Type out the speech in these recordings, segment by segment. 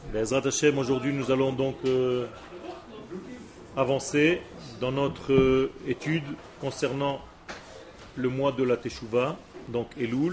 Bezrat Hashem, aujourd'hui nous allons donc avancer dans notre étude concernant le mois de la Teshuvah, donc Elul.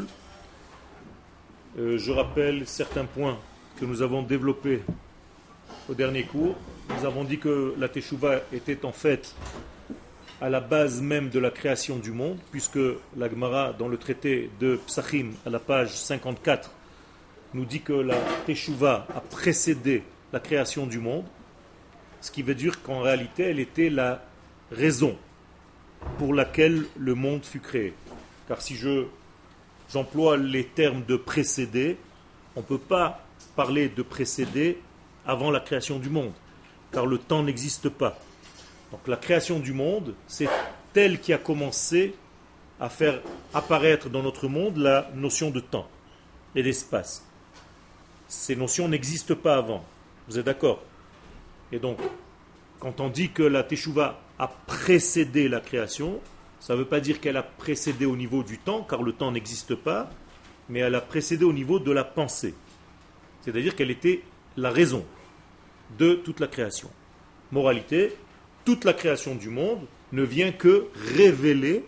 Je rappelle certains points que nous avons développés au dernier cours. Nous avons dit que la Teshuvah était en fait à la base même de la création du monde, puisque la Gemara, dans le traité de Psachim, à la page 54, nous dit que la Teshuvah a précédé la création du monde, ce qui veut dire qu'en réalité, elle était la raison pour laquelle le monde fut créé. Car si j'emploie les termes de précéder, on ne peut pas parler de précéder avant la création du monde, car le temps n'existe pas. Donc la création du monde, c'est elle qui a commencé à faire apparaître dans notre monde la notion de temps et d'espace. Ces notions n'existent pas avant. Vous êtes d'accord? Et donc, quand on dit que la Teshuvah a précédé la création, ça ne veut pas dire qu'elle a précédé au niveau du temps, car le temps n'existe pas, mais elle a précédé au niveau de la pensée. C'est-à-dire qu'elle était la raison de toute la création. Moralité, toute la création du monde ne vient que révéler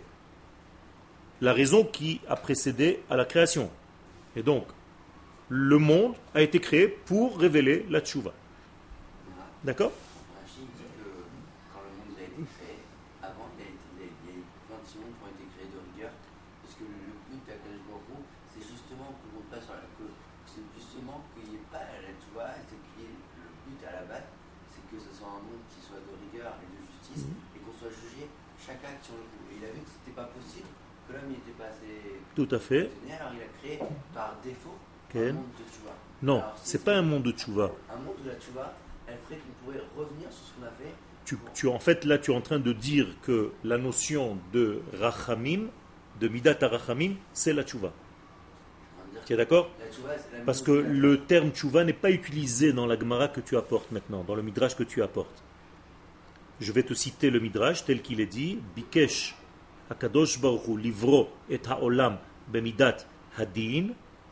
la raison qui a précédé à la création. Et donc, le monde a été créé pour révéler la Teshuvah. D'accord? Rachid dit que quand le monde a été créé, avant il y a eu 26 mondes qui ont été créés de rigueur, parce que le but d'Akadosh Baruch Hu, c'est justement que le monde passe sur la queue. C'est justement qu'il n'y ait pas la Teshuvah, c'est qu'il y ait le but à la base, c'est que ce soit un monde qui soit de rigueur et de justice, et qu'on soit jugé chaque acte sur le coup. Et il a vu que c'était pas possible, que l'homme n'était pas assez. Tout à fait. Alors il a créé par défaut Okay. un monde de Teshuvah. Non, Alors, c'est pas un monde de Teshuvah. Un monde de la Teshuvah, elle ferait qu'on pourrait revenir sur ce qu'on a fait. En fait, là, tu es en train de dire que la notion de Rachamim, de Midat HaRachamim, c'est la Teshuvah. Tu es d'accord? Parce que le terme Teshuvah n'est pas utilisé dans la Gemara que tu apportes maintenant, dans le Midrash que tu apportes. Je vais te citer le Midrash tel qu'il est dit. Bikesh HaKadosh Baruch Hu livro et ha'olam bemidat hadin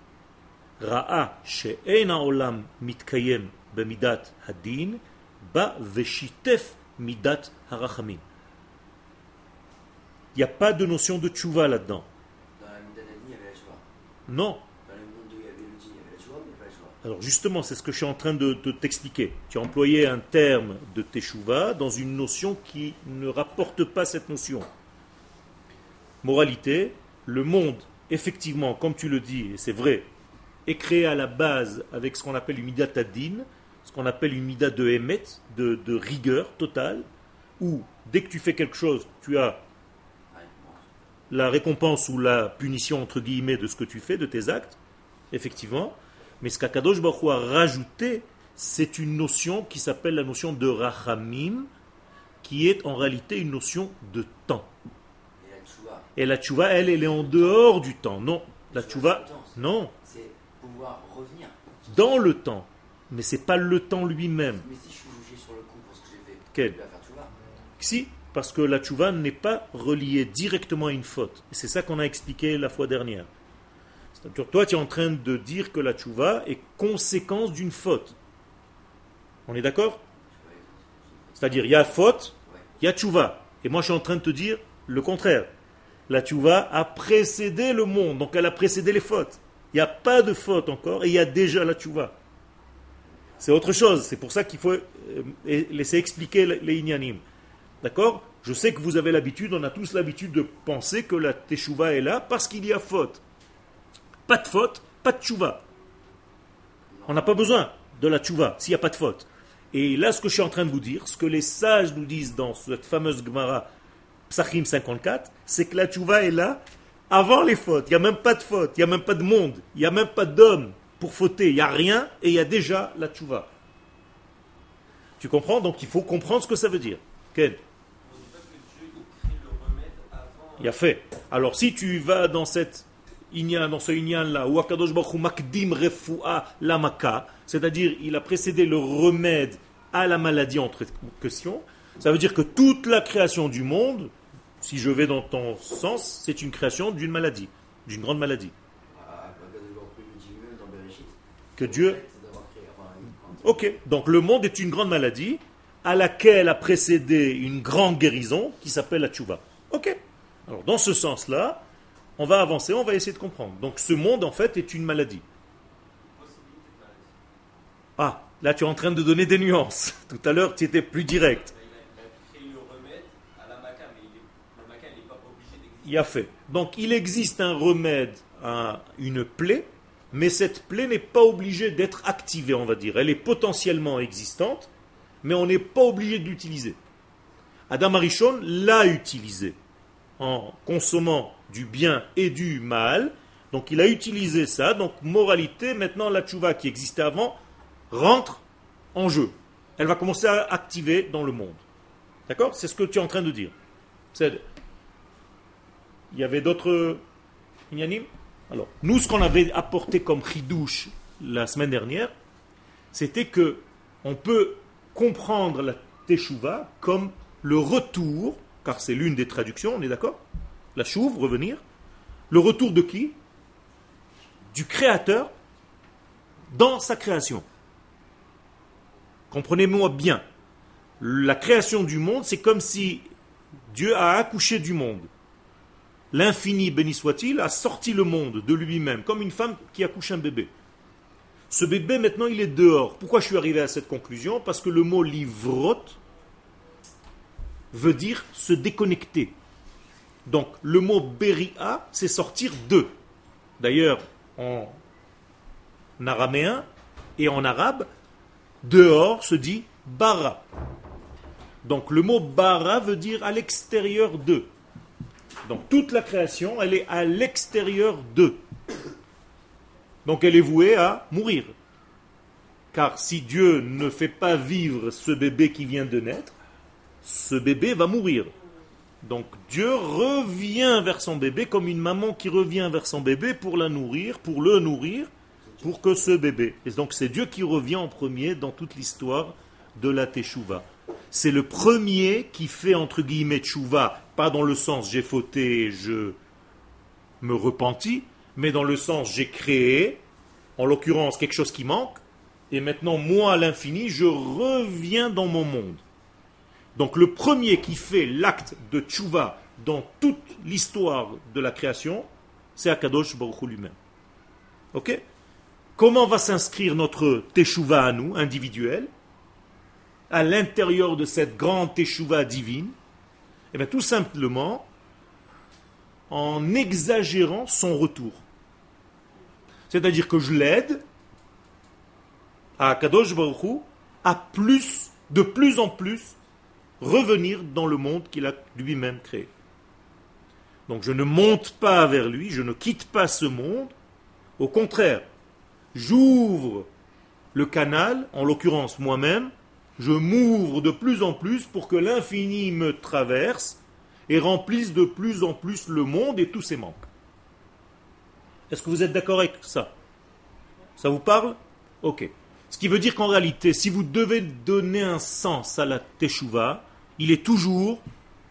ra'a she'en ha'olam mitkayem bemidat hadin ba veshitef midat harachamim. Il n'y a pas de notion de tchouva là-dedans. Dans la midat hadin, il y avait la Teshuvah. Non. Dans le monde où il y avait le djinn, il y avait la Teshuvah, mais il n'y avait pas la Teshuvah. Alors justement, c'est ce que je suis en train de t'expliquer. Tu as employé un terme de teshuva dans une notion qui ne rapporte pas cette notion. Moralité, le monde, effectivement, comme tu le dis, et c'est vrai, est créé à la base avec ce qu'on appelle une midat hadin, ce qu'on appelle une midat de émet, de rigueur totale, où dès que tu fais quelque chose, tu as la récompense ou la punition, entre guillemets, de ce que tu fais, de tes actes, effectivement. Mais ce qu'Akadosh Baruch Hu a rajouté, c'est une notion qui s'appelle la notion de rachamim, qui est en réalité une notion de temps. Et la tchouva, elle est en dehors du temps. Non, la tchouva, non. C'est pouvoir revenir. Dans le temps. Mais ce n'est pas le temps lui-même. Mais si je suis jugé sur le coup pour ce que j'ai fait, Quel? je vais faire tchouva. Si, parce que la tchouva n'est pas reliée directement à une faute. Et c'est ça qu'on a expliqué la fois dernière. C'est-à-dire, toi, tu es en train de dire que la tchouva est conséquence d'une faute. On est d'accord? C'est-à-dire, il y a faute, il y a tchouva. Et moi, je suis en train de te dire le contraire. La tchouva a précédé le monde, donc elle a précédé les fautes. Il n'y a pas de faute encore, et il y a déjà la tchouva. C'est autre chose, c'est pour ça qu'il faut laisser expliquer les inyanim. D'accord? Je sais que vous avez l'habitude, on a tous l'habitude de penser que la teshuvah est là parce qu'il y a faute. Pas de faute, pas de teshuvah. On n'a pas besoin de la teshuvah s'il n'y a pas de faute. Et là, ce que je suis en train de vous dire, ce que les sages nous disent dans cette fameuse Gemara Psachim 54, c'est que la teshuvah est là avant les fautes. Il n'y a même pas de faute, il n'y a même pas de monde, il n'y a même pas d'homme pour fauter. Il n'y a rien et il y a déjà la teshuvah. Tu comprends? Donc il faut comprendre ce que ça veut dire. Ken? Il a fait. Alors si tu vas dans cette inyan, dans ce inyan là, où Akadosh Baruch Hu makdim refu'a lamaka, c'est-à-dire il a précédé le remède à la maladie entre questions, ça veut dire que toute la création du monde, si je vais dans ton sens, c'est une création d'une maladie, d'une grande maladie. Que Dieu, Ok, donc le monde est une grande maladie à laquelle a précédé une grande guérison qui s'appelle la tchouva. Ok, alors dans ce sens-là, on va avancer, on va essayer de comprendre. Donc ce monde en fait est une maladie. Ah, là tu es en train de donner des nuances. Tout à l'heure tu étais plus direct. Il a fait. Donc il existe un remède à une plaie, mais cette plaie n'est pas obligée d'être activée, on va dire. Elle est potentiellement existante, mais on n'est pas obligé de l'utiliser. Adam Arishon l'a utilisé en consommant du bien et du mal. Donc il a utilisé ça. Donc moralité, maintenant la tchouva qui existait avant rentre en jeu. Elle va commencer à activer dans le monde. D'accord? C'est ce que tu es en train de dire. Il y avait d'autres inyanim? Alors, nous, ce qu'on avait apporté comme chidouche la semaine dernière, c'était que on peut comprendre la teshuva comme le retour, car c'est l'une des traductions, on est d'accord? La chouve, revenir. Le retour de qui? Du Créateur dans sa création. Comprenez-moi bien. La création du monde, c'est comme si Dieu a accouché du monde. L'infini, béni soit-il, a sorti le monde de lui-même, comme une femme qui accouche un bébé. Ce bébé, maintenant, il est dehors. Pourquoi je suis arrivé à cette conclusion? Parce que le mot livrot veut dire se déconnecter. Donc, le mot beria, c'est sortir de. D'ailleurs, en araméen et en arabe, dehors se dit bara. Donc, le mot bara veut dire à l'extérieur de. Donc toute la création, elle est à l'extérieur d'eux. Donc elle est vouée à mourir. Car si Dieu ne fait pas vivre ce bébé qui vient de naître, ce bébé va mourir. Donc Dieu revient vers son bébé comme une maman qui revient vers son bébé pour la nourrir, pour le nourrir, pour que ce bébé. Et donc c'est Dieu qui revient en premier dans toute l'histoire de la Teshuvah. C'est le premier qui fait entre guillemets Teshuvah, pas dans le sens j'ai fauté, je me repentis, mais dans le sens j'ai créé, en l'occurrence quelque chose qui manque, et maintenant moi à l'infini, je reviens dans mon monde. Donc le premier qui fait l'acte de Teshuvah dans toute l'histoire de la création, c'est Akadosh Baruch Hu lui-même. Ok? Comment va s'inscrire notre Teshuvah à nous, individuel, à l'intérieur de cette grande Teshuvah divine? Eh bien tout simplement en exagérant son retour. C'est-à-dire que je l'aide à Kadosh Baruch Hu à de plus en plus revenir dans le monde qu'il a lui-même créé. Donc je ne monte pas vers lui, je ne quitte pas ce monde, au contraire, j'ouvre le canal, en l'occurrence moi-même, je m'ouvre de plus en plus pour que l'infini me traverse et remplisse de plus en plus le monde et tous ses manques. Est-ce que vous êtes d'accord avec ça? Ça vous parle? Ok. Ce qui veut dire qu'en réalité, si vous devez donner un sens à la Teshuvah, il est toujours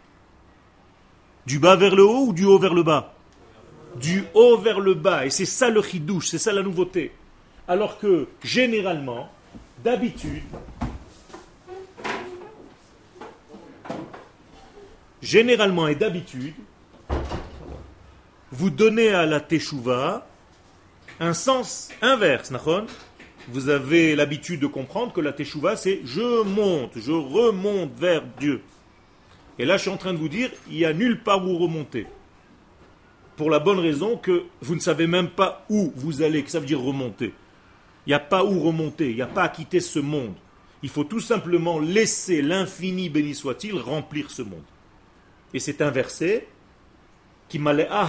du bas vers le haut ou du haut vers le bas? Du haut vers le bas. Et c'est ça le chidouche, c'est ça la nouveauté. Alors que, généralement, d'habitude, vous donnez à la Teshuvah un sens inverse, nachon? Vous avez l'habitude de comprendre que la Teshuvah, c'est je monte, je remonte vers Dieu. Et là, je suis en train de vous dire, il n'y a nulle part où remonter. Pour la bonne raison que vous ne savez même pas où vous allez, que ça veut dire remonter. Il n'y a pas où remonter, il n'y a pas à quitter ce monde. Il faut tout simplement laisser l'infini, béni soit-il, remplir ce monde. Et c'est inversé. Il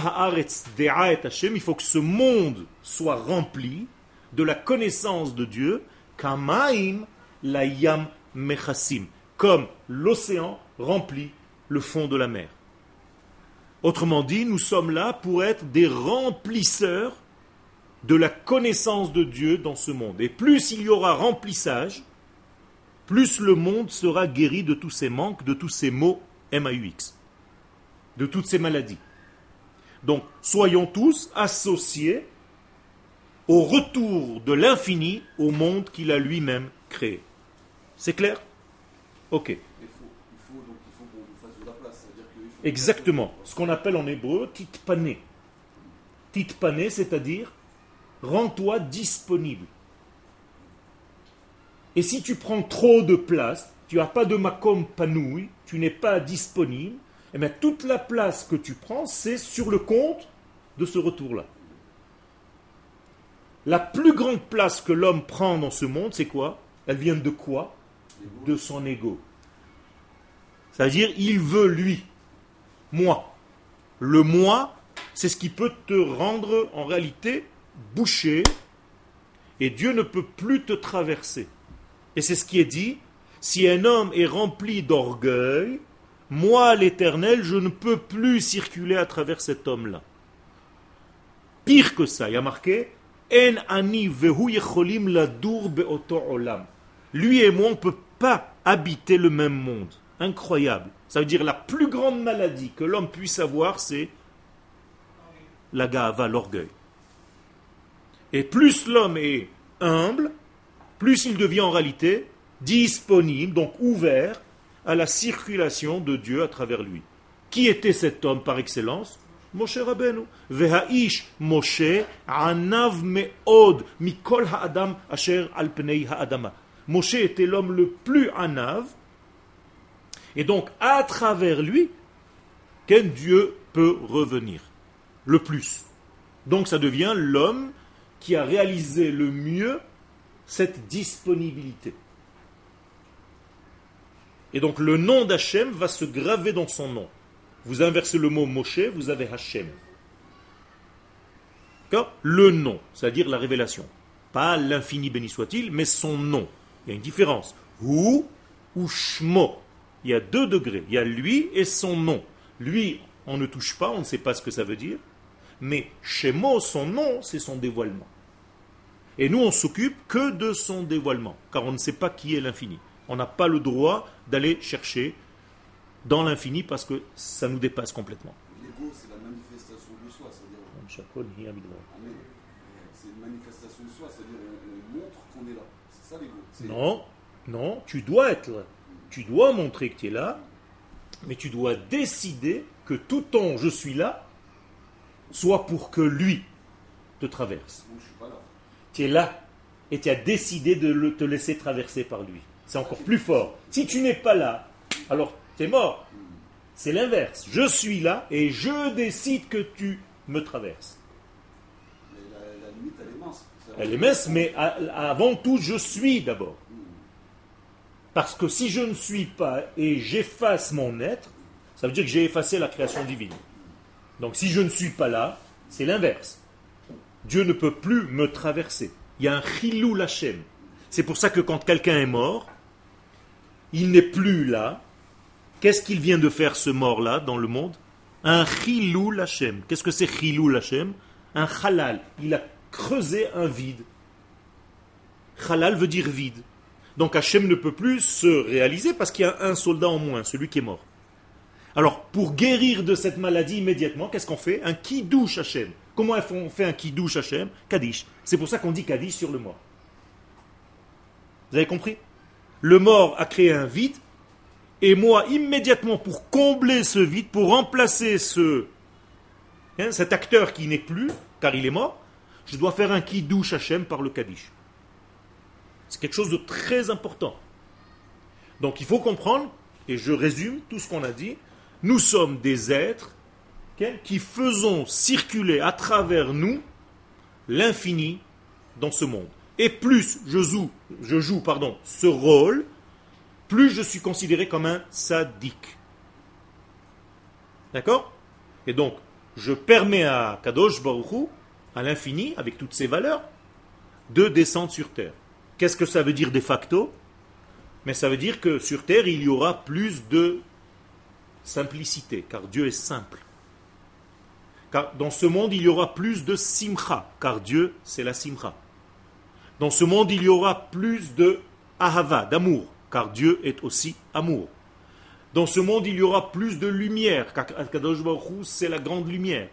faut que ce monde soit rempli de la connaissance de Dieu, kamaim la yam mechassim, comme l'océan remplit le fond de la mer. Autrement dit, nous sommes là pour être des remplisseurs de la connaissance de Dieu dans ce monde. Et plus il y aura remplissage, plus le monde sera guéri de tous ses manques, de tous ses maux MAUX, de toutes ces maladies. Donc, soyons tous associés au retour de l'infini au monde qu'il a lui-même créé. créé. C'est clair? Ok. Donc il faut qu'on nous fasse de la place. Exactement. Ce qu'on appelle en hébreu titpané. Titpané, c'est-à-dire rends-toi disponible. Et si tu prends trop de place, tu n'as pas de makom panouï, tu n'es pas disponible, et bien toute la place que tu prends, c'est sur le compte de ce retour-là. La plus grande place que l'homme prend dans ce monde, c'est quoi? Elle vient de quoi? De son ego. C'est-à-dire, il veut lui, moi. Le moi, c'est ce qui peut te rendre en réalité bouché, et Dieu ne peut plus te traverser. Et c'est ce qui est dit, si un homme est rempli d'orgueil, moi l'Éternel, je ne peux plus circuler à travers cet homme-là. Pire que ça, il y a marqué, En ani vehu yecholim ladur beoto olam. Lui et moi, on ne peut pas habiter le même monde. Incroyable. Ça veut dire la plus grande maladie que l'homme puisse avoir, c'est la gava, l'orgueil. Et plus l'homme est humble, plus il devient en réalité disponible, donc ouvert à la circulation de Dieu à travers lui. Qui était cet homme par excellence? Moshe Rabbeinu. Veha'ish Moshe anav me'od mikol ha'adam asher al pnei ha'adama. Moshe était l'homme le plus anav, et donc à travers lui, qu'un Dieu peut revenir le plus. Donc ça devient l'homme qui a réalisé le mieux cette disponibilité. Et donc le nom d'Hachem va se graver dans son nom. Vous inversez le mot Moshe, vous avez Hachem. D'accord? Le nom, c'est-à-dire la révélation. Pas l'infini béni soit-il, mais son nom. Il y a une différence. Hu ou Shmo. Il y a 2 degrés. Il y a lui et son nom. Lui, on ne touche pas, on ne sait pas ce que ça veut dire. Mais Shemo, son nom, c'est son dévoilement. Et nous, on s'occupe que de son dévoilement, car on ne sait pas qui est l'infini. On n'a pas le droit d'aller chercher dans l'infini parce que ça nous dépasse complètement. L'ego, c'est la manifestation de soi, c'est-à-dire... Amen. C'est une manifestation de soi, c'est-à-dire on montre qu'on est là. C'est ça l'ego. Non, tu dois être là. Tu dois montrer que tu es là, mais tu dois décider que tout ton je suis là soit pour que lui te traverse. Donc je suis pas là. Tu es là et tu as décidé de te laisser traverser par lui. C'est encore plus fort. Si tu n'es pas là, alors tu es mort. C'est l'inverse. Je suis là et je décide que tu me traverses. Mais la limite, elle est mince. Elle est mince, mais avant tout, je suis d'abord. Parce que si je ne suis pas et j'efface mon être, ça veut dire que j'ai effacé la création divine. Donc si je ne suis pas là, c'est l'inverse. Dieu ne peut plus me traverser. Il y a un chilou lachem. C'est pour ça que quand quelqu'un est mort, il n'est plus là. Qu'est-ce qu'il vient de faire ce mort-là dans le monde? Un chilou lachem. Qu'est-ce que c'est chilou lachem? Un halal. Il a creusé un vide. Halal veut dire vide. Donc Hachem ne peut plus se réaliser parce qu'il y a un soldat en moins, celui qui est mort. Alors, pour guérir de cette maladie immédiatement, qu'est-ce qu'on fait? Un kiddush Hachem. Comment on fait un kiddush Hachem? Kaddish. C'est pour ça qu'on dit Kaddish sur le mort. Vous avez compris? Le mort a créé un vide, et moi, immédiatement, pour combler ce vide, pour remplacer cet acteur qui n'est plus, car il est mort, je dois faire un kiddush Hachem par le Kaddish. C'est quelque chose de très important. Donc il faut comprendre, et je résume tout ce qu'on a dit, nous sommes des êtres qui faisons circuler à travers nous l'infini dans ce monde. Et plus je joue ce rôle, plus je suis considéré comme un sadique. D'accord? Et donc, je permets à Kadosh Baruch Hu, à l'infini, avec toutes ses valeurs, de descendre sur terre. Qu'est-ce que ça veut dire de facto? Mais ça veut dire que sur terre, il y aura plus de simplicité, car Dieu est simple. Car dans ce monde, il y aura plus de simcha, car Dieu, c'est la simcha. Dans ce monde, il y aura plus de ahava, d'amour, car Dieu est aussi amour. Dans ce monde, il y aura plus de lumière, car Akadosh Baruch Hu, c'est la grande lumière.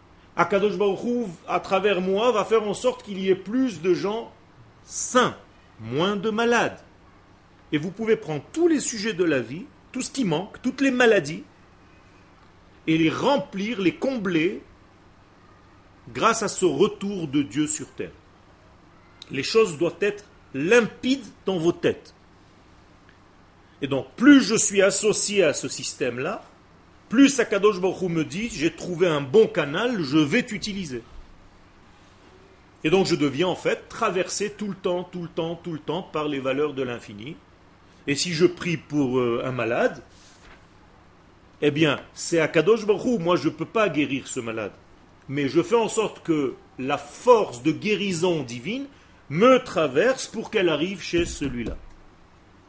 Akadosh Baruch Hu, à travers moi, va faire en sorte qu'il y ait plus de gens saints, moins de malades. Et vous pouvez prendre tous les sujets de la vie, tout ce qui manque, toutes les maladies, et les remplir, les combler, grâce à ce retour de Dieu sur terre. Les choses doivent être limpides dans vos têtes. Et donc, plus je suis associé à ce système-là, plus Akadosh Baruch Hu me dit, j'ai trouvé un bon canal, je vais t'utiliser. Et donc je deviens en fait traversé tout le temps par les valeurs de l'infini. Et si je prie pour un malade, eh bien, c'est Akadosh Baruch Hu, moi je ne peux pas guérir ce malade. Mais je fais en sorte que la force de guérison divine me traverse pour qu'elle arrive chez celui-là. D'accord ?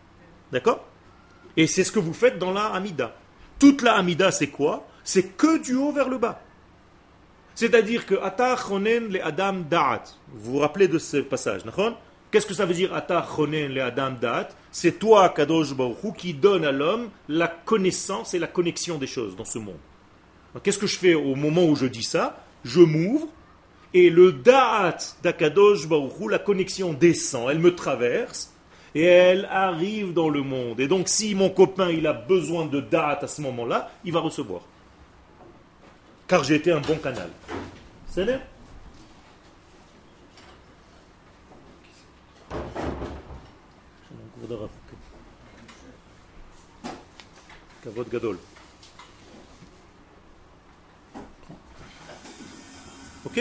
Et c'est ce que vous faites dans la Hamida. Toute la Hamida, c'est quoi ? C'est que du haut vers le bas. C'est-à-dire que Ata chonen le Adam Da'at. Vous vous rappelez de ce passage, d'accord ? Qu'est-ce que ça veut dire Ata chonen le Adam Da'at ? C'est toi, Kadosh Baruch Hu, qui donne à l'homme la connaissance et la connexion des choses dans ce monde. Donc, qu'est-ce que je fais au moment où je dis ça ? Je m'ouvre et le Da'at d'Akadosh Baruch Hu, la connexion descend, elle me traverse. Et elle arrive dans le monde. Et donc, si mon copain il a besoin de da'at à ce moment-là, il va recevoir. Car j'ai été un bon canal. C'est là. Kavod gadol. Ok ?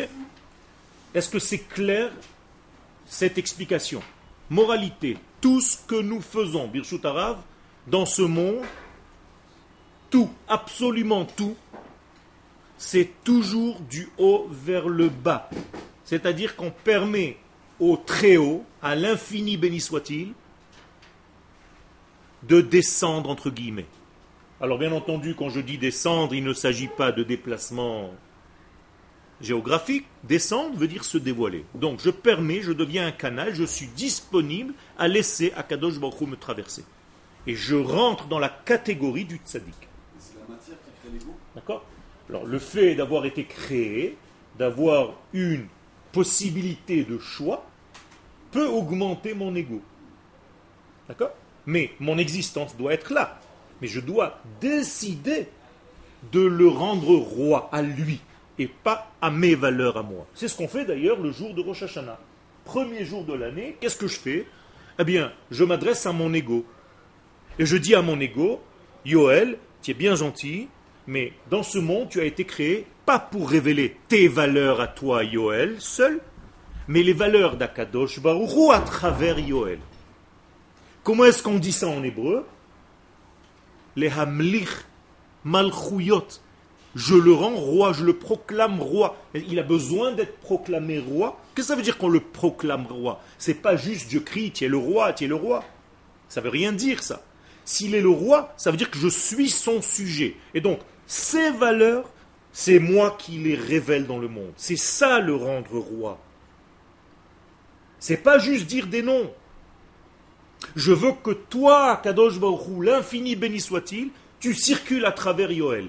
Est-ce que c'est clair, cette explication ? Moralité. Tout ce que nous faisons, Birshut Harav, dans ce monde, tout, absolument tout, c'est toujours du haut vers le bas. C'est-à-dire qu'on permet au très haut, à l'infini béni soit-il, de descendre entre guillemets. Alors bien entendu, quand je dis descendre, il ne s'agit pas de déplacement géographique. Descendre veut dire se dévoiler. Donc je permets, je deviens un canal, je suis disponible à laisser Akadosh Baruch Hu me traverser. Et je rentre dans la catégorie du tzaddik. C'est la matière qui crée l'ego. D'accord ? Alors le fait d'avoir été créé, d'avoir une possibilité de choix, peut augmenter mon ego. D'accord ? Mais mon existence doit être là. Mais je dois décider de le rendre roi à lui. Et pas à mes valeurs à moi. C'est ce qu'on fait d'ailleurs le jour de Rosh Hashanah. Premier jour de l'année, qu'est-ce que je fais ? Eh bien, je m'adresse à mon ego. Et je dis à mon ego, Yoël, tu es bien gentil, mais dans ce monde, tu as été créé pas pour révéler tes valeurs à toi, Yoël, seul, mais les valeurs d'Akadosh Baruch Hu à travers Yoël. Comment est-ce qu'on dit ça en hébreu ? Les hamlich malchuyot. Je le rends roi, je le proclame roi. Il a besoin d'être proclamé roi. Qu'est-ce que ça veut dire qu'on le proclame roi ? C'est pas juste je crie, tu es le roi, tu es le roi. Ça veut rien dire ça. S'il est le roi, ça veut dire que je suis son sujet. Et donc, ces valeurs, c'est moi qui les révèle dans le monde. C'est ça le rendre roi. C'est pas juste dire des noms. Je veux que toi, Kadosh Baruch Hu, l'infini béni soit-il, tu circules à travers Yoël.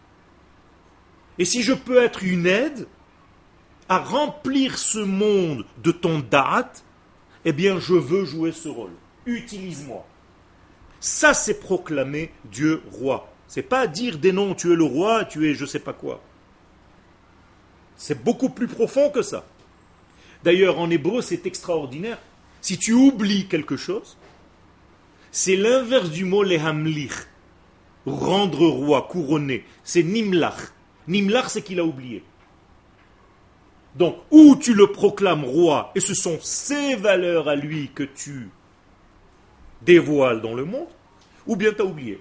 Et si je peux être une aide à remplir ce monde de ton da'at, eh bien je veux jouer ce rôle. Utilise-moi. Ça c'est proclamer Dieu roi. C'est pas dire des noms, tu es le roi, tu es je sais pas quoi. C'est beaucoup plus profond que ça. D'ailleurs en hébreu c'est extraordinaire. Si tu oublies quelque chose, c'est l'inverse du mot lehamlich. Rendre roi, couronner. C'est nimlach. Nimlach, c'est qu'il a oublié. Donc, ou tu le proclames roi, et ce sont ses valeurs à lui que tu dévoiles dans le monde, ou bien tu as oublié.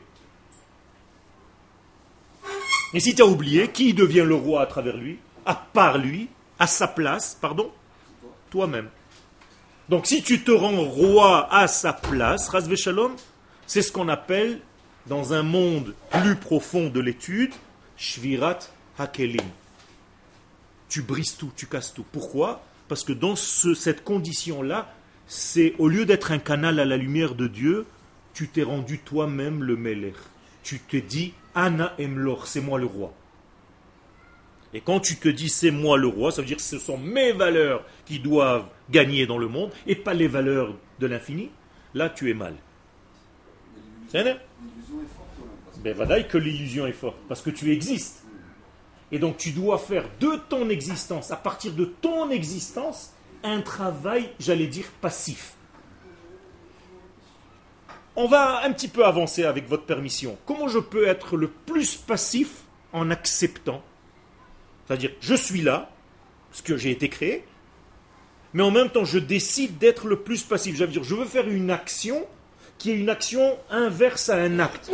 Et si tu as oublié, qui devient le roi à travers lui ? À part lui, à sa place, pardon ? Toi-même. Donc, si tu te rends roi à sa place, Ras Shalom, c'est ce qu'on appelle, dans un monde plus profond de l'étude, Shvirat Hakelim. Tu brises tout, tu casses tout. Pourquoi ? Parce que dans cette condition-là, c'est au lieu d'être un canal à la lumière de Dieu, tu t'es rendu toi-même le Melech. Tu te dis, Ana Emlor, c'est moi le roi. Et quand tu te dis c'est moi le roi, ça veut dire que ce sont mes valeurs qui doivent gagner dans le monde et pas les valeurs de l'infini. Là, tu es mal. L'illusion est forte quand même. Ben vadaï que l'illusion est forte, parce que tu existes. Et donc tu dois faire de ton existence, à partir de ton existence, un travail, j'allais dire, passif. On va un petit peu avancer avec votre permission. Comment je peux être le plus passif en acceptant? C'est-à-dire, je suis là, parce que j'ai été créé, mais en même temps, je décide d'être le plus passif. Je veux dire, je veux faire une action qui est une action inverse à un acte.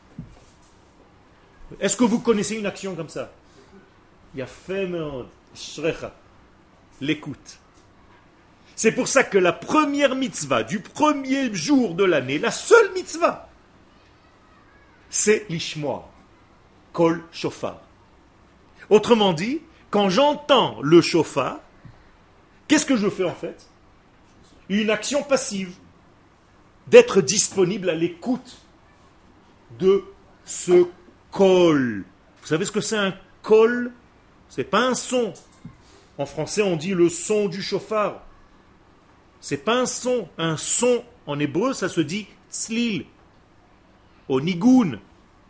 Est-ce que vous connaissez une action comme ça? Il y a fait l'écoute. C'est pour ça que la première mitzvah du premier jour de l'année, la seule mitzvah, c'est l'ishmoa, kol shofar. Autrement dit, quand j'entends le shofar, qu'est-ce que je fais en fait? Une action passive, d'être disponible à l'écoute de ce kol. Vous savez ce que c'est un kol? C'est pas un son. En français, on dit le son du shofar. C'est pas un son. Un son, en hébreu, ça se dit tzlil. Au nigoun.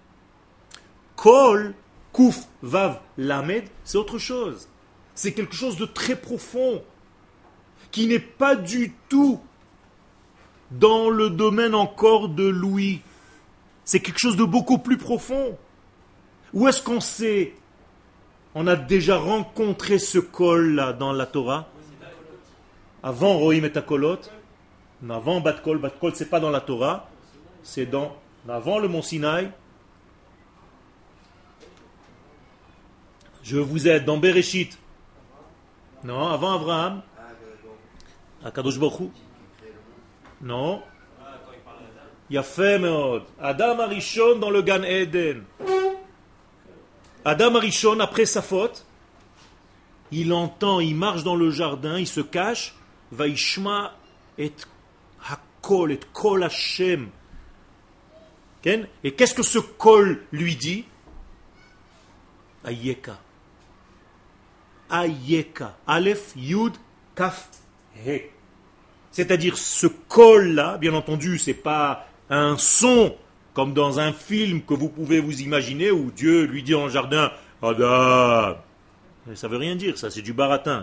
Kol, kuf, vav, lamed, c'est autre chose. C'est quelque chose de très profond, qui n'est pas du tout dans le domaine encore de l'ouïe. C'est quelque chose de beaucoup plus profond. Où est-ce qu'on sait? On a déjà rencontré ce kol-là dans la Torah. Avant Rohim et Takolot, avant Bat Kol c'est pas dans la Torah, c'est avant le mont Sinaï. Je vous aide dans Bereshit. Non, avant Abraham. Akadosh Baruch Hu. Non. Yafé Meod. Adam Arishon dans le Gan Eden. Adam Arishon, après sa faute, il entend, il marche dans le jardin, il se cache. Vaishma et hakol, et kol Hashem. Et qu'est-ce que ce kol lui dit? Ayeka. Ayeka. Aleph, Yud, Kaf, He. C'est-à-dire ce kol-là, bien entendu, c'est pas un son comme dans un film que vous pouvez vous imaginer où Dieu lui dit dans le jardin Adam. Ça veut rien dire, ça, c'est du baratin.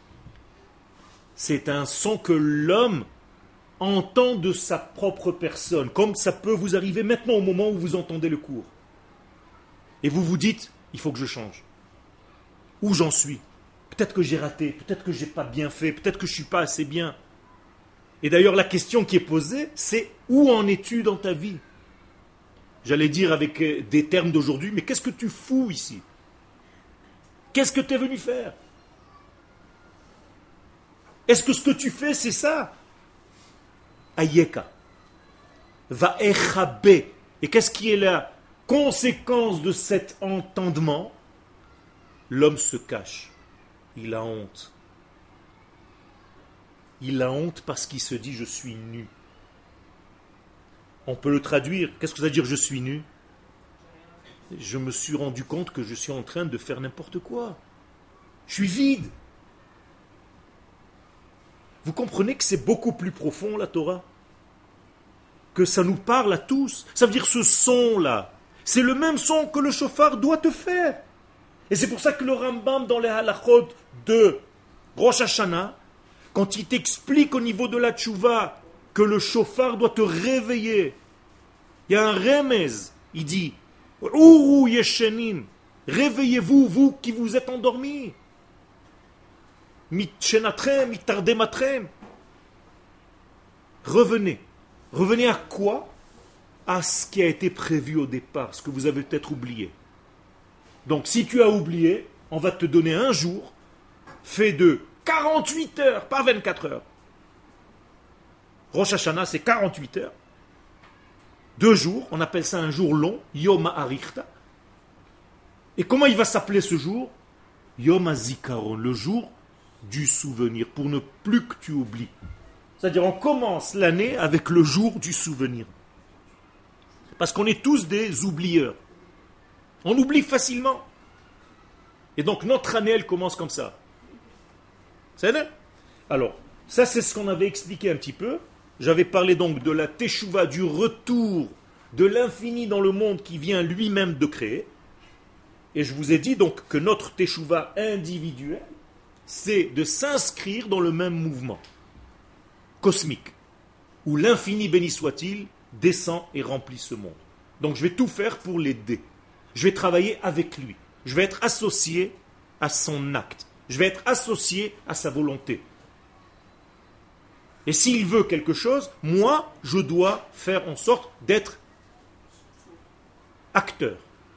C'est un son que l'homme entend de sa propre personne, comme ça peut vous arriver maintenant au moment où vous entendez le cours. Et vous vous dites, il faut que je change. Où j'en suis? Peut-être que j'ai raté, peut-être que j'ai pas bien fait, peut-être que je suis pas assez bien. Et d'ailleurs, la question qui est posée, c'est où en es-tu dans ta vie? J'allais dire avec des termes d'aujourd'hui, mais qu'est-ce que tu fous ici? Qu'est-ce que tu es venu faire? Est-ce que ce que tu fais, c'est ça? Ayeka. Va echabe. Et qu'est-ce qui est la conséquence de cet entendement? L'homme se cache. Il a honte. Il a honte parce qu'il se dit je suis nu. On peut le traduire. Qu'est-ce que ça veut dire je suis nu? Je me suis rendu compte que je suis en train de faire n'importe quoi. Je suis vide. Vous comprenez que c'est beaucoup plus profond la Torah? Que ça nous parle à tous. Ça veut dire ce son-là, c'est le même son que le shofar doit te faire. Et c'est pour ça que le Rambam dans les halachot de Rosh Hashanah, quand il t'explique au niveau de la tchouva que le shofar doit te réveiller, il y a un remez, il dit Uru yeshenim, réveillez-vous, vous qui vous êtes endormis. Mitchenatrem, mitardematrem. Revenez. Revenez à quoi? À ce qui a été prévu au départ, ce que vous avez peut-être oublié. Donc si tu as oublié, on va te donner un jour fait de 48 heures, pas 24 heures. Rosh Hashanah, c'est 48 heures. 2 jours, on appelle ça un jour long, Yom HaArichta. Et comment il va s'appeler ce jour? Yom HaZikaron, le jour du souvenir, pour ne plus que tu oublies. C'est-à-dire, on commence l'année avec le jour du souvenir. Parce qu'on est tous des oublieurs. On oublie facilement. Et donc notre année, elle commence comme ça. C'est vrai? Alors, ça c'est ce qu'on avait expliqué un petit peu. J'avais parlé donc de la teshuva, du retour de l'infini dans le monde qui vient lui-même de créer. Et je vous ai dit donc que notre teshuva individuelle, c'est de s'inscrire dans le même mouvement cosmique, où l'infini, béni soit-il, descend et remplit ce monde. Donc je vais tout faire pour l'aider. Je vais travailler avec lui. Je vais être associé à son acte. Je vais être associé à sa volonté. Et s'il veut quelque chose, moi, je dois faire en sorte d'être acteur.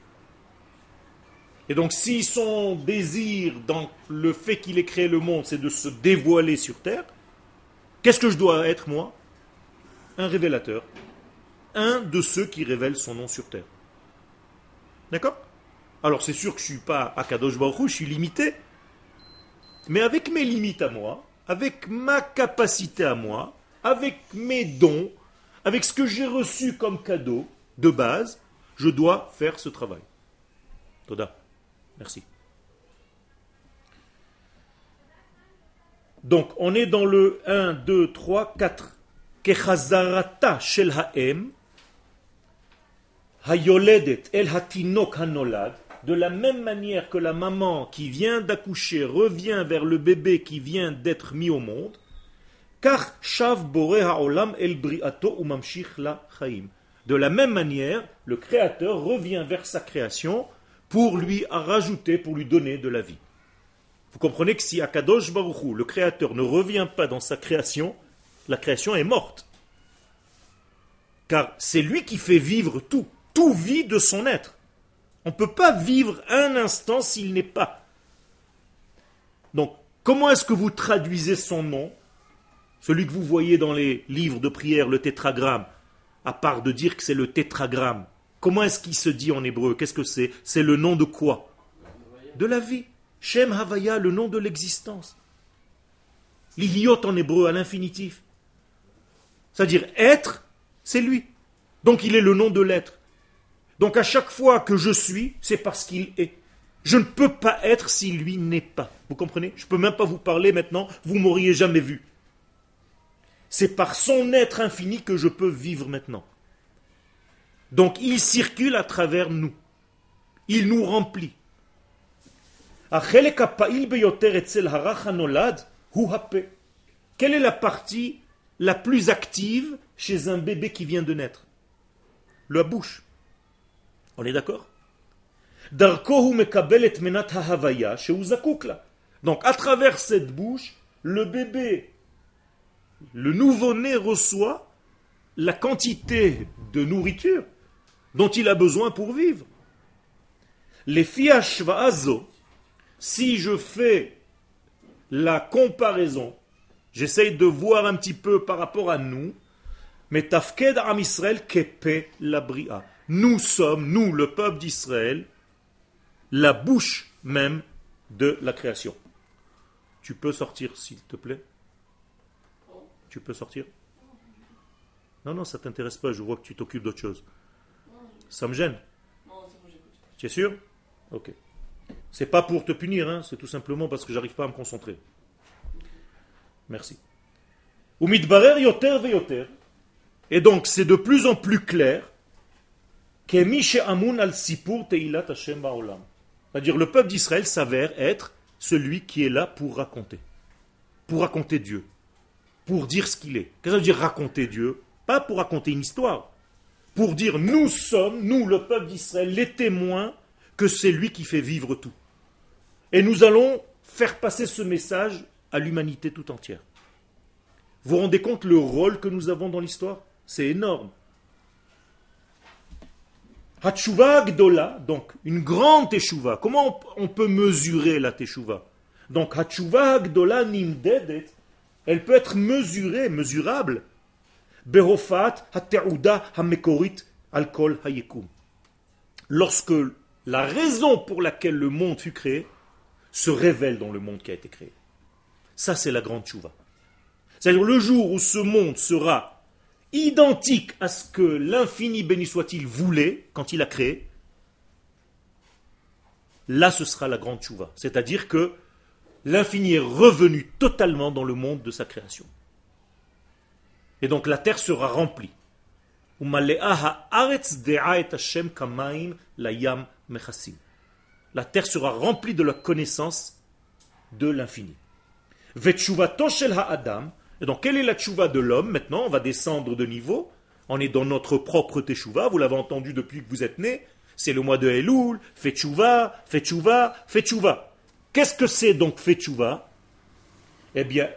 Et donc si son désir dans le fait qu'il ait créé le monde, c'est de se dévoiler sur terre, qu'est-ce que je dois être, moi? Un révélateur. Un de ceux qui révèlent son nom sur terre. D'accord? Alors c'est sûr que je ne suis pas Akadosh Baruch Hu, je suis limité. Mais avec mes limites à moi, avec ma capacité à moi, avec mes dons, avec ce que j'ai reçu comme cadeau de base, je dois faire ce travail. Toda. Merci. Donc, on est dans le 1, 2, 3, 4. Kechazarata shel ha'em, hayoledet el hatinok hanolad, de la même manière que la maman qui vient d'accoucher revient vers le bébé qui vient d'être mis au monde, car shav boré ha'olam el briato umamshich la chaim. De la même manière, le Créateur revient vers sa création pour lui rajouter, pour lui donner de la vie. Vous comprenez que si Akadosh Baruch Hu, le Créateur, ne revient pas dans sa création, la création est morte. Car c'est lui qui fait vivre tout. Tout vit de son être. On ne peut pas vivre un instant s'il n'est pas. Donc, comment est-ce que vous traduisez son nom? Celui que vous voyez dans les livres de prière, le tétragramme, à part de dire que c'est le tétragramme. Comment est-ce qu'il se dit en hébreu? Qu'est-ce que c'est? C'est le nom de quoi? De la vie. Shem Havaya, le nom de l'existence. L'Iliot en hébreu à l'infinitif. C'est-à-dire être, c'est lui. Donc il est le nom de l'être. Donc à chaque fois que je suis, c'est parce qu'il est. Je ne peux pas être si lui n'est pas. Vous comprenez? Je ne peux même pas vous parler maintenant, vous ne m'auriez jamais vu. C'est par son être infini que je peux vivre maintenant. Donc il circule à travers nous. Il nous remplit. Quelle est la partie la plus active chez un bébé qui vient de naître? La bouche. On est d'accord? Donc à travers cette bouche, le bébé, le nouveau-né reçoit la quantité de nourriture dont il a besoin pour vivre. Les fiashvaazo, si je fais la comparaison, j'essaye de voir un petit peu par rapport à nous, mais tafked am Israël kepe la bria. Nous sommes, nous, le peuple d'Israël, la bouche même de la création. Tu peux sortir, s'il te plaît? Tu peux sortir? Non, ça ne t'intéresse pas, je vois que tu t'occupes d'autre chose. Ça me gêne. Tu es sûr? Ok. C'est pas pour te punir, hein, c'est tout simplement parce que j'arrive pas à me concentrer. Merci. Umidbarer yoter ve yoter. Et donc, c'est de plus en plus clair c'est-à-dire le peuple d'Israël s'avère être celui qui est là pour raconter Dieu, pour dire ce qu'il est. Qu'est-ce que ça veut dire raconter Dieu? Pas pour raconter une histoire, pour dire nous sommes, nous le peuple d'Israël, les témoins que c'est lui qui fait vivre tout. Et nous allons faire passer ce message à l'humanité tout entière. Vous vous rendez compte le rôle que nous avons dans l'histoire? C'est énorme. Hatshuva Gdola, donc une grande teshuva. Comment on peut mesurer la teshuva? Donc Hatshuva Gdola Nimdedet, elle peut être mesurée, mesurable. Behofat Hateuda Hamekorit Alkol Hayekum. Lorsque la raison pour laquelle le monde fut créé se révèle dans le monde qui a été créé. Ça, c'est la grande teshuva. C'est-à-dire le jour où ce monde sera identique à ce que l'infini béni soit-il voulait quand il a créé, là ce sera la grande tchouva. C'est-à-dire que l'infini est revenu totalement dans le monde de sa création. Et donc la terre sera remplie. La terre sera remplie de la connaissance de l'infini. Et donc quelle est la tchouva de l'homme? Maintenant on va descendre de niveau. On est dans notre propre teshuva. Vous l'avez entendu depuis que vous êtes né. C'est le mois de Elul. Fais tchouva, fais tchouva, fais tchouva. Qu'est-ce que c'est donc fais tchouva? Eh bien,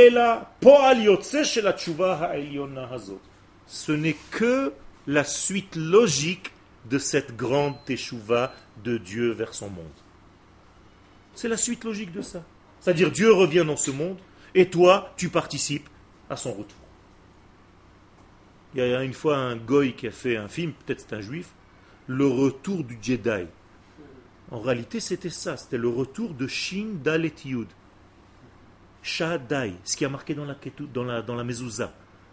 ce n'est que la suite logique de cette grande teshuva de Dieu vers son monde. C'est la suite logique de ça. C'est-à-dire Dieu revient dans ce monde et toi, tu participes à son retour. Il y a une fois un goy qui a fait un film, peut-être c'est un juif, le retour du Jedi. En réalité, c'était ça, c'était le retour de Shin Dalet Yud. Shadai, ce qui a marqué dans la mezouza.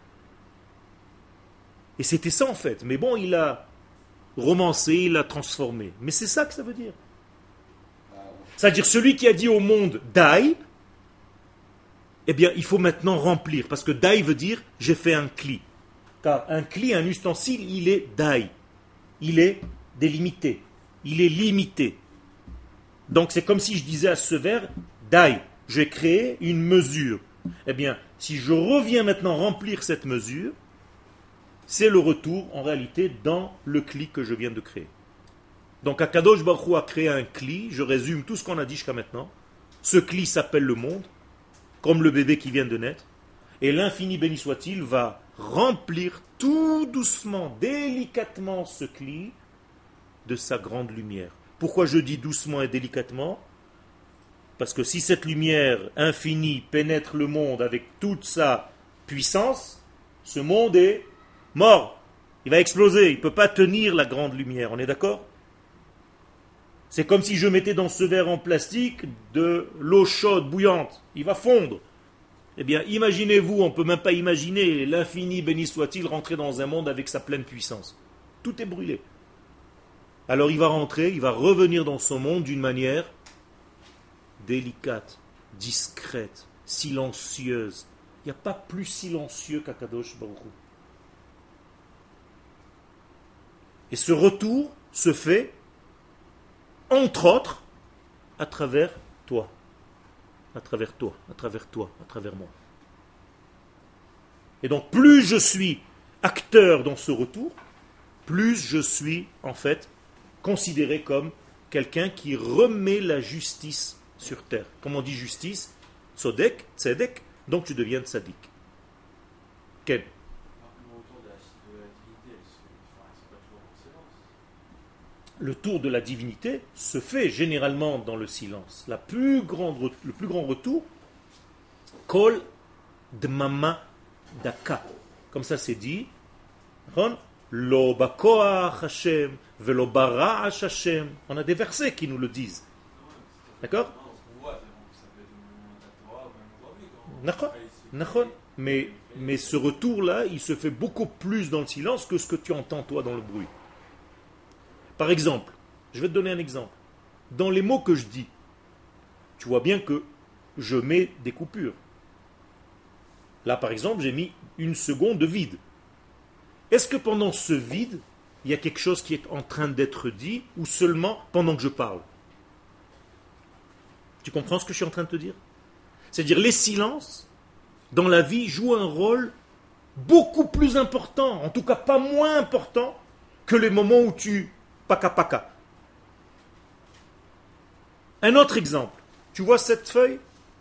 Et c'était ça en fait. Mais bon, il a romancé, il a transformé. Mais c'est ça que ça veut dire. C'est-à-dire celui qui a dit au monde Dai, eh bien, il faut maintenant remplir. Parce que Dai veut dire j'ai fait un cli. Car un cli, un ustensile, il est Dai. Il est délimité. Il est limité. Donc c'est comme si je disais à ce verre Dai. J'ai créé une mesure. Eh bien, si je reviens maintenant remplir cette mesure, c'est le retour en réalité dans le cli que je viens de créer. Donc Akadosh Baruch Hu a créé un cli, je résume tout ce qu'on a dit jusqu'à maintenant. Ce cli s'appelle le monde, comme le bébé qui vient de naître, et l'infini béni soit-il va remplir tout doucement, délicatement ce cli de sa grande lumière. Pourquoi je dis doucement et délicatement? Parce que si cette lumière infinie pénètre le monde avec toute sa puissance, ce monde est mort. Il va exploser. Il ne peut pas tenir la grande lumière. On est d'accord? C'est comme si je mettais dans ce verre en plastique de l'eau chaude, bouillante. Il va fondre. Eh bien, imaginez-vous, on ne peut même pas imaginer l'infini, béni soit-il, rentrer dans un monde avec sa pleine puissance. Tout est brûlé. Alors il va rentrer, il va revenir dans son monde d'une manière délicate, discrète, silencieuse. Il n'y a pas plus silencieux qu'Akadosh Baruch Hu. Et ce retour se fait, entre autres, à travers toi. À travers toi, à travers toi, à travers moi. Et donc, plus je suis acteur dans ce retour, plus je suis, en fait, considéré comme quelqu'un qui remet la justice sur terre. Comme on dit justice, tzodek, tzedek, donc tu deviens tzadik. Quel? Le tour de la divinité se fait généralement dans le silence. Le plus grand retour, kol dmama daka. Comme ça c'est dit, lo bakoach Hashem, velo bara'ash Hashem. On a des versets qui nous le disent. D'accord? Mais ce retour-là, il se fait beaucoup plus dans le silence que ce que tu entends toi dans le bruit. Par exemple, je vais te donner un exemple. Dans les mots que je dis, tu vois bien que je mets des coupures. Là, par exemple, j'ai mis 1 seconde de vide. Est-ce que pendant ce vide, il y a quelque chose qui est en train d'être dit ou seulement pendant que je parle? Tu comprends ce que je suis en train de te dire? C'est-à-dire les silences dans la vie jouent un rôle beaucoup plus important, en tout cas pas moins important que les moments où tu paka. Un autre exemple. Tu vois cette feuille?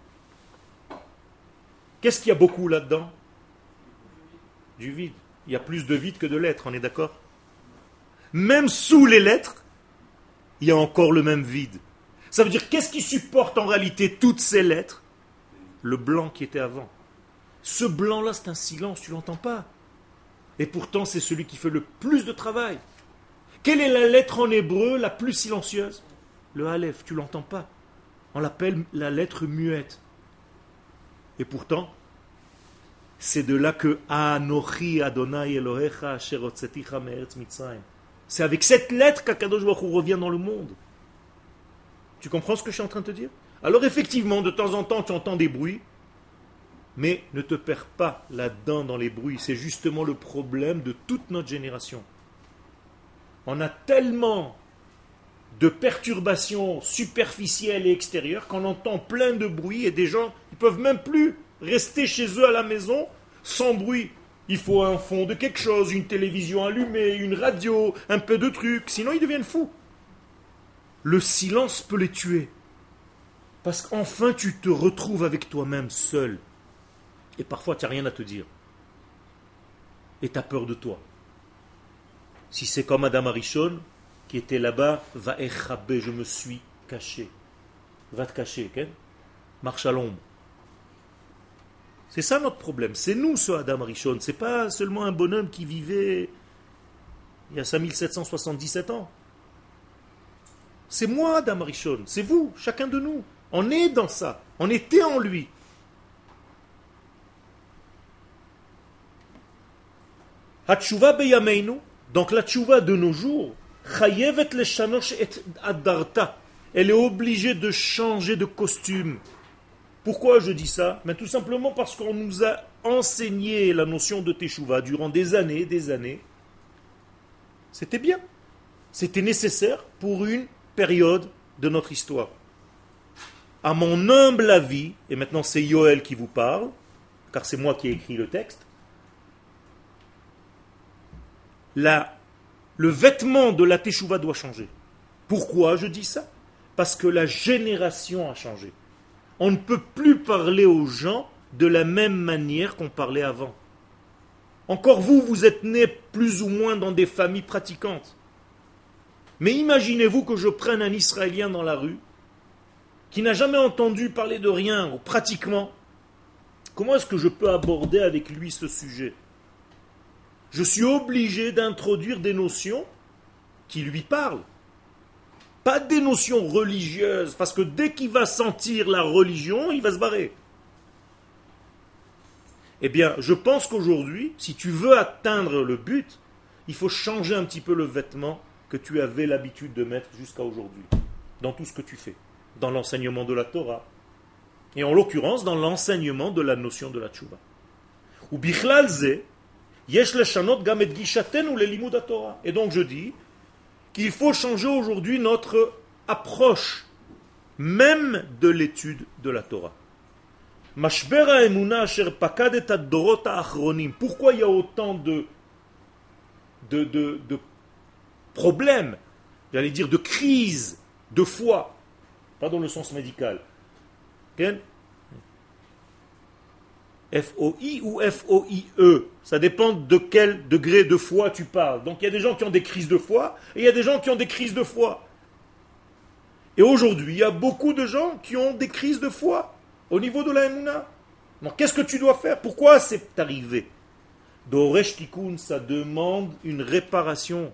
Qu'est-ce qu'il y a beaucoup là-dedans? Du vide. Il y a plus de vide que de lettres, on est d'accord? Même sous les lettres, il y a encore le même vide. Ça veut dire, qu'est-ce qui supporte en réalité toutes ces lettres? Le blanc qui était avant. Ce blanc-là, c'est un silence, tu ne l'entends pas. Et pourtant, c'est celui qui fait le plus de travail. Quelle est la lettre en hébreu la plus silencieuse? Le Aleph, tu ne l'entends pas. On l'appelle la lettre muette. Et pourtant, c'est de là que Anochi Adonai Elohecha Asher Hotzeticha Me'eretz Mitzrayim. C'est avec cette lettre qu'Akadosh Baruch Hu revient dans le monde. Tu comprends ce que je suis en train de te dire? Alors effectivement, de temps en temps, tu entends des bruits, mais ne te perds pas là-dedans dans les bruits. C'est justement le problème de toute notre génération. On a tellement de perturbations superficielles et extérieures qu'on entend plein de bruit et des gens ne peuvent même plus rester chez eux à la maison sans bruit. Il faut un fond de quelque chose, une télévision allumée, une radio, un peu de trucs, sinon ils deviennent fous. Le silence peut les tuer. Parce qu'enfin tu te retrouves avec toi-même seul. Et parfois tu n'as rien à te dire. Et tu as peur de toi. Si c'est comme Adam Arishon, qui était là-bas, va échabé, je me suis caché. Va te cacher, okay? Marche à l'ombre. C'est ça notre problème. C'est nous ce Adam Arishon. C'est pas seulement un bonhomme qui vivait il y a 5777 ans. C'est moi Adam Arishon. C'est vous, chacun de nous. On est dans ça. On était en lui. Hatshuva beyameinu. Donc la tchouva de nos jours, chayevet le shanosh et adarta. Elle est obligée de changer de costume. Pourquoi je dis ça? Mais tout simplement parce qu'on nous a enseigné la notion de teshuva durant des années et des années. C'était bien. C'était nécessaire pour une période de notre histoire. À mon humble avis, et maintenant c'est Yoël qui vous parle, car c'est moi qui ai écrit le texte, le vêtement de la teshuva doit changer. Pourquoi je dis ça? Parce que la génération a changé. On ne peut plus parler aux gens de la même manière qu'on parlait avant. Encore vous, vous êtes nés plus ou moins dans des familles pratiquantes. Mais imaginez-vous que je prenne un Israélien dans la rue, qui n'a jamais entendu parler de rien, ou pratiquement. Comment est-ce que je peux aborder avec lui ce sujet? Je suis obligé d'introduire des notions qui lui parlent. Pas des notions religieuses, parce que dès qu'il va sentir la religion, il va se barrer. Eh bien, je pense qu'aujourd'hui, si tu veux atteindre le but, il faut changer un petit peu le vêtement que tu avais l'habitude de mettre jusqu'à aujourd'hui, dans tout ce que tu fais, dans l'enseignement de la Torah, et en l'occurrence dans l'enseignement de la notion de la tchouva. Ou bichlal ze, yesh leshanot gam et gishatenu lelimud haTorah. Et donc je dis qu'il faut changer aujourd'hui notre approche, même de l'étude de la Torah. Mashber ha'emuna asher pakad et ad-dorot ha'achronim. Pourquoi il y a autant de problèmes, j'allais dire de crises de foi, pas dans le sens médical. F-O-I ou F-O-I-E. Ça dépend de quel degré de foi tu parles. Donc il y a des gens qui ont des crises de foi et il y a des gens qui ont des crises de foi. Et aujourd'hui, il y a beaucoup de gens qui ont des crises de foi au niveau de la Emouna. Donc qu'est-ce que tu dois faire? Pourquoi c'est arrivé? Doresh Tikkun, ça demande une réparation.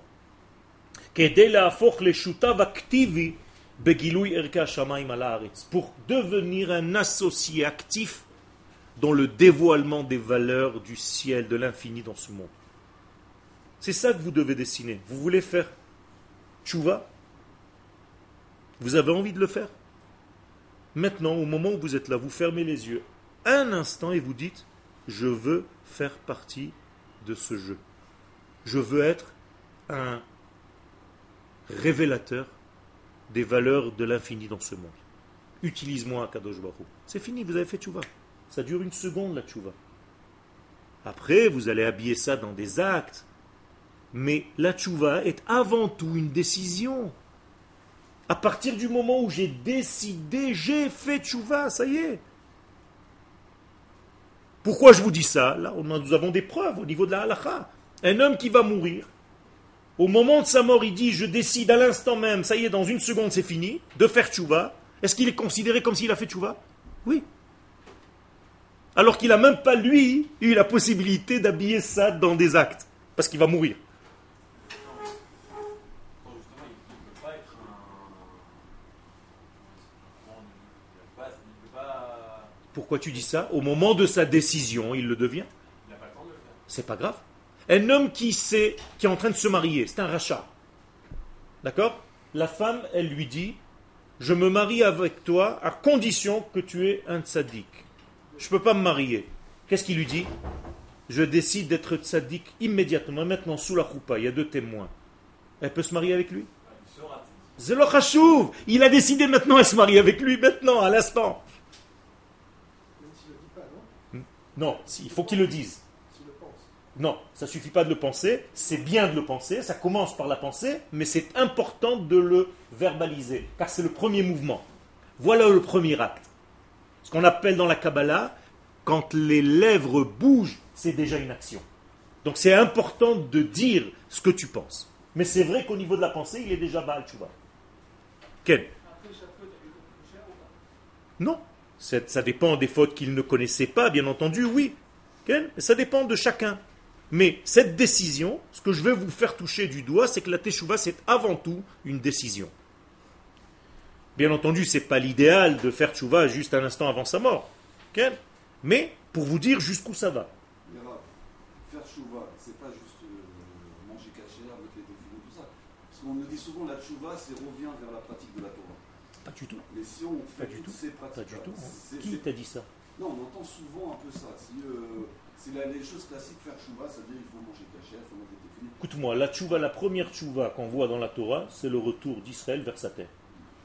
Pour devenir un associé actif dans le dévoilement des valeurs du ciel, de l'infini dans ce monde. C'est ça que vous devez dessiner. Vous voulez faire tchouva? Vous avez envie de le faire? Maintenant, au moment où vous êtes là, vous fermez les yeux un instant et vous dites, je veux faire partie de ce jeu. Je veux être un révélateur des valeurs de l'infini dans ce monde. Utilise-moi, Kadosh Baruch Hu. C'est fini, vous avez fait tchouva. Ça dure une seconde, la tchouva. Après, vous allez habiller ça dans des actes. Mais la tchouva est avant tout une décision. À partir du moment où j'ai décidé, j'ai fait tchouva, ça y est. Pourquoi je vous dis ça? Là, nous avons des preuves au niveau de la halakha. Un homme qui va mourir, au moment de sa mort, il dit, je décide à l'instant même, ça y est, dans une seconde, c'est fini, de faire tchouva. Est-ce qu'il est considéré comme s'il a fait tchouva? Oui. Alors qu'il n'a même pas, lui, eu la possibilité d'habiller ça dans des actes. Parce qu'il va mourir. Pourquoi tu dis ça? Au moment de sa décision, il le devient. C'est pas grave. Un homme qui est en train de se marier, c'est un rachat. D'accord? La femme, elle lui dit, je me marie avec toi à condition que tu es un tzaddik. Je ne peux pas me marier. Qu'est-ce qu'il lui dit? Je décide d'être tzaddik immédiatement, maintenant sous la choupa, il y a 2 témoins. Elle peut se marier avec lui? C'est le chachouv. Il a décidé maintenant, elle se marie avec lui, maintenant, à l'instant. Non, il faut qu'il le dise. Non, ça ne suffit pas de le penser, c'est bien de le penser, ça commence par la pensée, mais c'est important de le verbaliser, car c'est le premier mouvement. Voilà le premier acte. Ce qu'on appelle dans la Kabbalah, quand les lèvres bougent, c'est déjà une action. Donc c'est important de dire ce que tu penses. Mais c'est vrai qu'au niveau de la pensée, il est déjà Baal Tshuva. Ken? Non, ça dépend des fautes qu'il ne connaissait pas, bien entendu, oui. Ken? Ça dépend de chacun. Mais cette décision, ce que je vais vous faire toucher du doigt, c'est que la Teshuvah, c'est avant tout une décision. Bien entendu, ce n'est pas l'idéal de faire Teshuvah juste un instant avant sa mort. Okay? Mais pour vous dire jusqu'où ça va. Faire Teshuvah, ce n'est pas juste manger cachère, mettre les défilés, tout ça. Parce qu'on me dit souvent la Teshuvah, c'est revient vers la pratique de la Torah. Pas du tout. Mais si on fait toutes ces pratiques. Pas du tout. Qui t'a dit ça? Non, on entend souvent un peu ça. C'est les choses classiques, faire Teshuvah, ça veut dire qu'il faut manger cachère, il faut mettre des défilés. Écoute-moi, la Teshuvah, la première Teshuvah qu'on voit dans la Torah, c'est le retour d'Israël vers sa terre.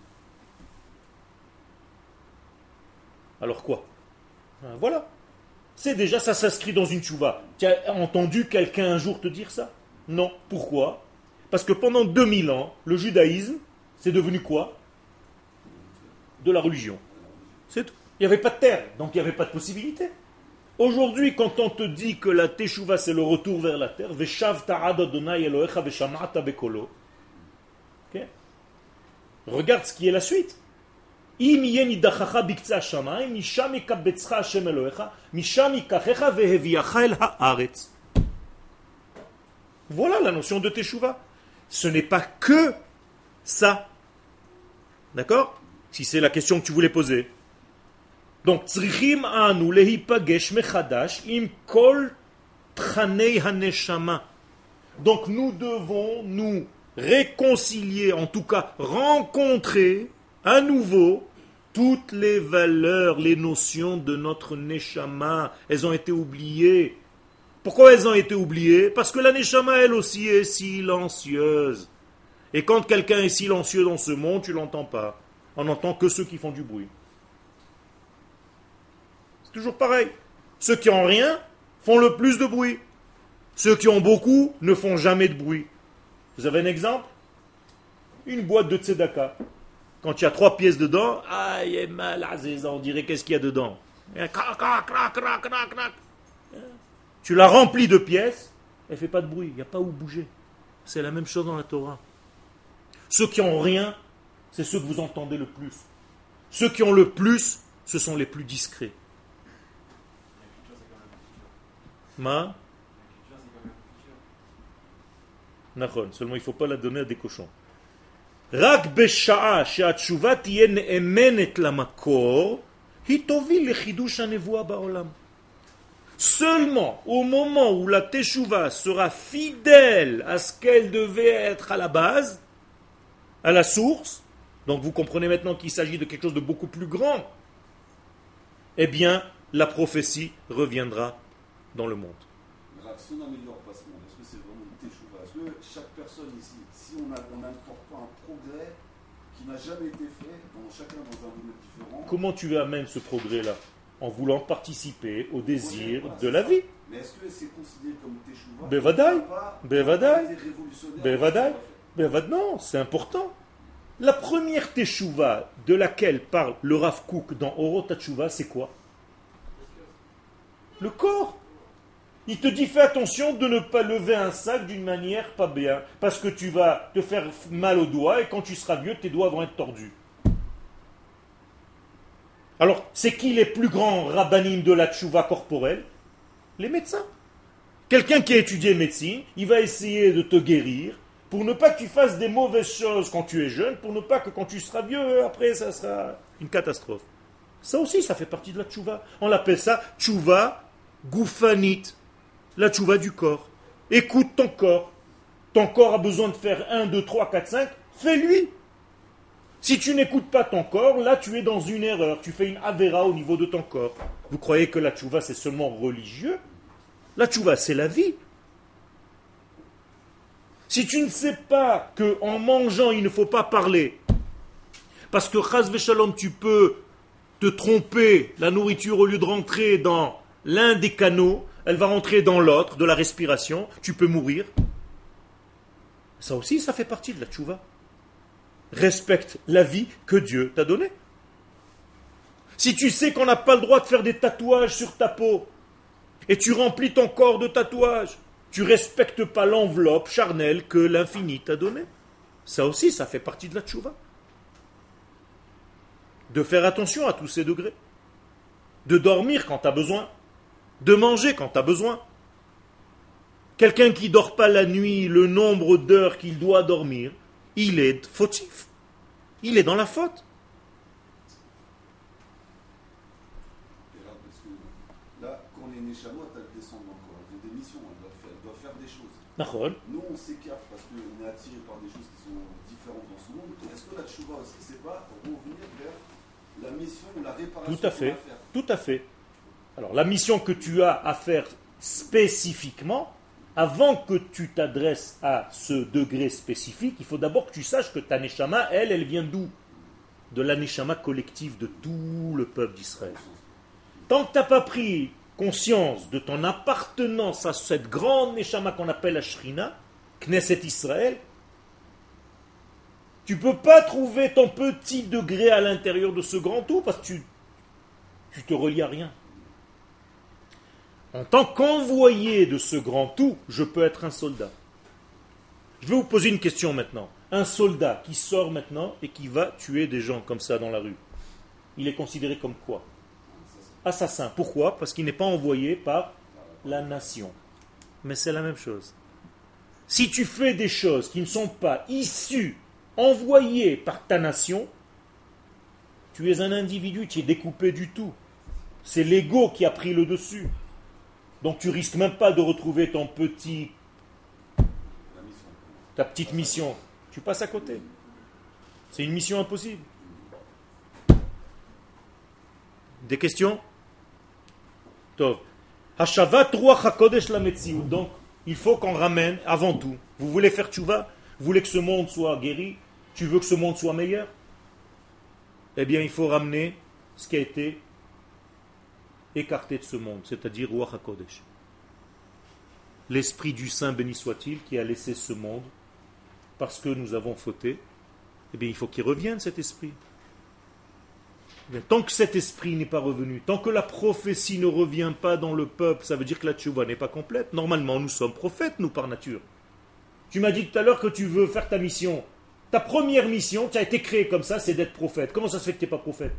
Alors quoi? Voilà. C'est déjà, ça s'inscrit dans une Teshuvah. Tu as entendu quelqu'un un jour te dire ça? Non. Pourquoi? Parce que pendant 2000 ans, le judaïsme, c'est devenu quoi? De la religion. C'est tout. Il n'y avait pas de terre, donc il n'y avait pas de possibilité. Aujourd'hui, quand on te dit que la Teshuvah, c'est le retour vers la terre, okay. Regarde ce qui est la suite. Voilà la notion de Teshuvah. Ce n'est pas que ça. D'accord? Si c'est la question que tu voulais poser. Donc, tzrichim anu lehipagesh mechadash im kol tchanei haneshama. Donc, nous devons nous réconcilier, en tout cas rencontrer à nouveau toutes les valeurs, les notions de notre neshama. Elles ont été oubliées. Pourquoi elles ont été oubliées? Parce que la neshama, elle aussi, est silencieuse. Et quand quelqu'un est silencieux dans ce monde, tu ne l'entends pas. On n'entend que ceux qui font du bruit. C'est toujours pareil. Ceux qui n'ont rien font le plus de bruit. Ceux qui ont beaucoup ne font jamais de bruit. Vous avez un exemple? Une boîte de tzedaka. Quand il y a 3 pièces dedans, ah, il est mal, on dirait qu'est-ce qu'il y a dedans. Tu la remplis de pièces, elle ne fait pas de bruit, il n'y a pas où bouger. C'est la même chose dans la Torah. Ceux qui n'ont rien, c'est ceux que vous entendez le plus. Ceux qui ont le plus, ce sont les plus discrets. Ma? Seulement il ne faut pas la donner à des cochons. רק בשעה שהתשובה תהיה נאמנת למקור, היא תוביל לחידוש הנבואה בעולם. Seulement au moment où la teshuva sera fidèle à ce qu'elle devait être à la base, à la source, donc vous comprenez maintenant qu'il s'agit de quelque chose de beaucoup plus grand, eh bien la prophétie reviendra dans le monde. Si on n'améliore pas ce monde, est-ce que c'est vraiment une teshuva? Est-ce que chaque personne ici, si on n'importe pas un progrès qui n'a jamais été fait, chacun dans un domaine différent... Comment tu amènes ce progrès-là? En voulant participer au désir de la vie. Mais est-ce que c'est considéré comme teshuva? Bevadaï. Non, c'est important. La première teshuva de laquelle parle le Rav Kook dans Orot HaTeshuva, c'est quoi? Le corps. Il te dit fais attention de ne pas lever un sac d'une manière pas bien, parce que tu vas te faire mal aux doigts et quand tu seras vieux, tes doigts vont être tordus. Alors, c'est qui les plus grands rabbanim de la tchouva corporelle? Les médecins. Quelqu'un qui a étudié médecine, il va essayer de te guérir pour ne pas que tu fasses des mauvaises choses quand tu es jeune, pour ne pas que quand tu seras vieux, après, ça sera une catastrophe. Ça aussi, ça fait partie de la tchouva. On l'appelle ça tchouva goufanit, la tchouva du corps. Écoute ton corps. Ton corps a besoin de faire 1, 2, 3, 4, 5, fais-lui. Si tu n'écoutes pas ton corps, là tu es dans une erreur, tu fais une avéra au niveau de ton corps. Vous croyez que la tchouva c'est seulement religieux? La tchouva c'est la vie. Si tu ne sais pas qu'en mangeant il ne faut pas parler, parce que chas v'shalom tu peux te tromper, la nourriture au lieu de rentrer dans l'un des canaux, elle va rentrer dans l'autre, de la respiration, tu peux mourir. Ça aussi, ça fait partie de la tchouva. Respecte la vie que Dieu t'a donnée. Si tu sais qu'on n'a pas le droit de faire des tatouages sur ta peau, et tu remplis ton corps de tatouages, tu ne respectes pas l'enveloppe charnelle que l'infini t'a donnée. Ça aussi, ça fait partie de la tchouva. De faire attention à tous ces degrés. De dormir quand tu as besoin. De manger quand tu as besoin. Quelqu'un qui ne dort pas la nuit, le nombre d'heures qu'il doit dormir, il est fautif. Il est dans la faute. Parce que là, quand les Neshamot, elles descendent encore, elles ont des missions, elles doivent faire des choses. D'accord. Nous, on s'écarte parce qu'on est attiré par des choses qui sont différentes dans ce monde. Est-ce que la tchouva aussi, c'est pas revenir vers la mission ou la réparation? Tout à fait. Tout à fait. Alors, la mission que tu as à faire spécifiquement, avant que tu t'adresses à ce degré spécifique, il faut d'abord que tu saches que ta neshama, elle vient d'où? De la neshama collective de tout le peuple d'Israël. Tant que tu n'as pas pris conscience de ton appartenance à cette grande neshama qu'on appelle la Shrina, Knesset Israël, tu ne peux pas trouver ton petit degré à l'intérieur de ce grand tout parce que tu te relis à rien. En tant qu'envoyé de ce grand tout, je peux être un soldat. Je vais vous poser une question maintenant. Un soldat qui sort maintenant et qui va tuer des gens comme ça dans la rue, il est considéré comme quoi? Assassin. Pourquoi? Parce qu'il n'est pas envoyé par la nation. Mais c'est la même chose. Si tu fais des choses qui ne sont pas issues, envoyées par ta nation, tu es un individu, tu es découpé du tout. C'est l'ego qui a pris le dessus. Donc tu risques même pas de retrouver ta petite mission. Tu passes à côté. C'est une mission impossible. Des questions? Tov. Hashavat ruach hakodesh la metziut. Donc il faut qu'on ramène avant tout. Vous voulez faire tchouva? Vous voulez que ce monde soit guéri? Tu veux que ce monde soit meilleur? Eh bien il faut ramener ce qui a été écarté de ce monde, c'est-à-dire Ruach HaKodesh. L'Esprit du Saint, béni soit-il, qui a laissé ce monde parce que nous avons fauté, eh bien il faut qu'il revienne cet Esprit. Eh bien, tant que cet Esprit n'est pas revenu, tant que la prophétie ne revient pas dans le peuple, ça veut dire que la tchouva n'est pas complète. Normalement, nous sommes prophètes, nous, par nature. Tu m'as dit tout à l'heure que tu veux faire ta mission. Ta première mission, tu as été créé comme ça, c'est d'être prophète. Comment ça se fait que tu n'es pas prophète?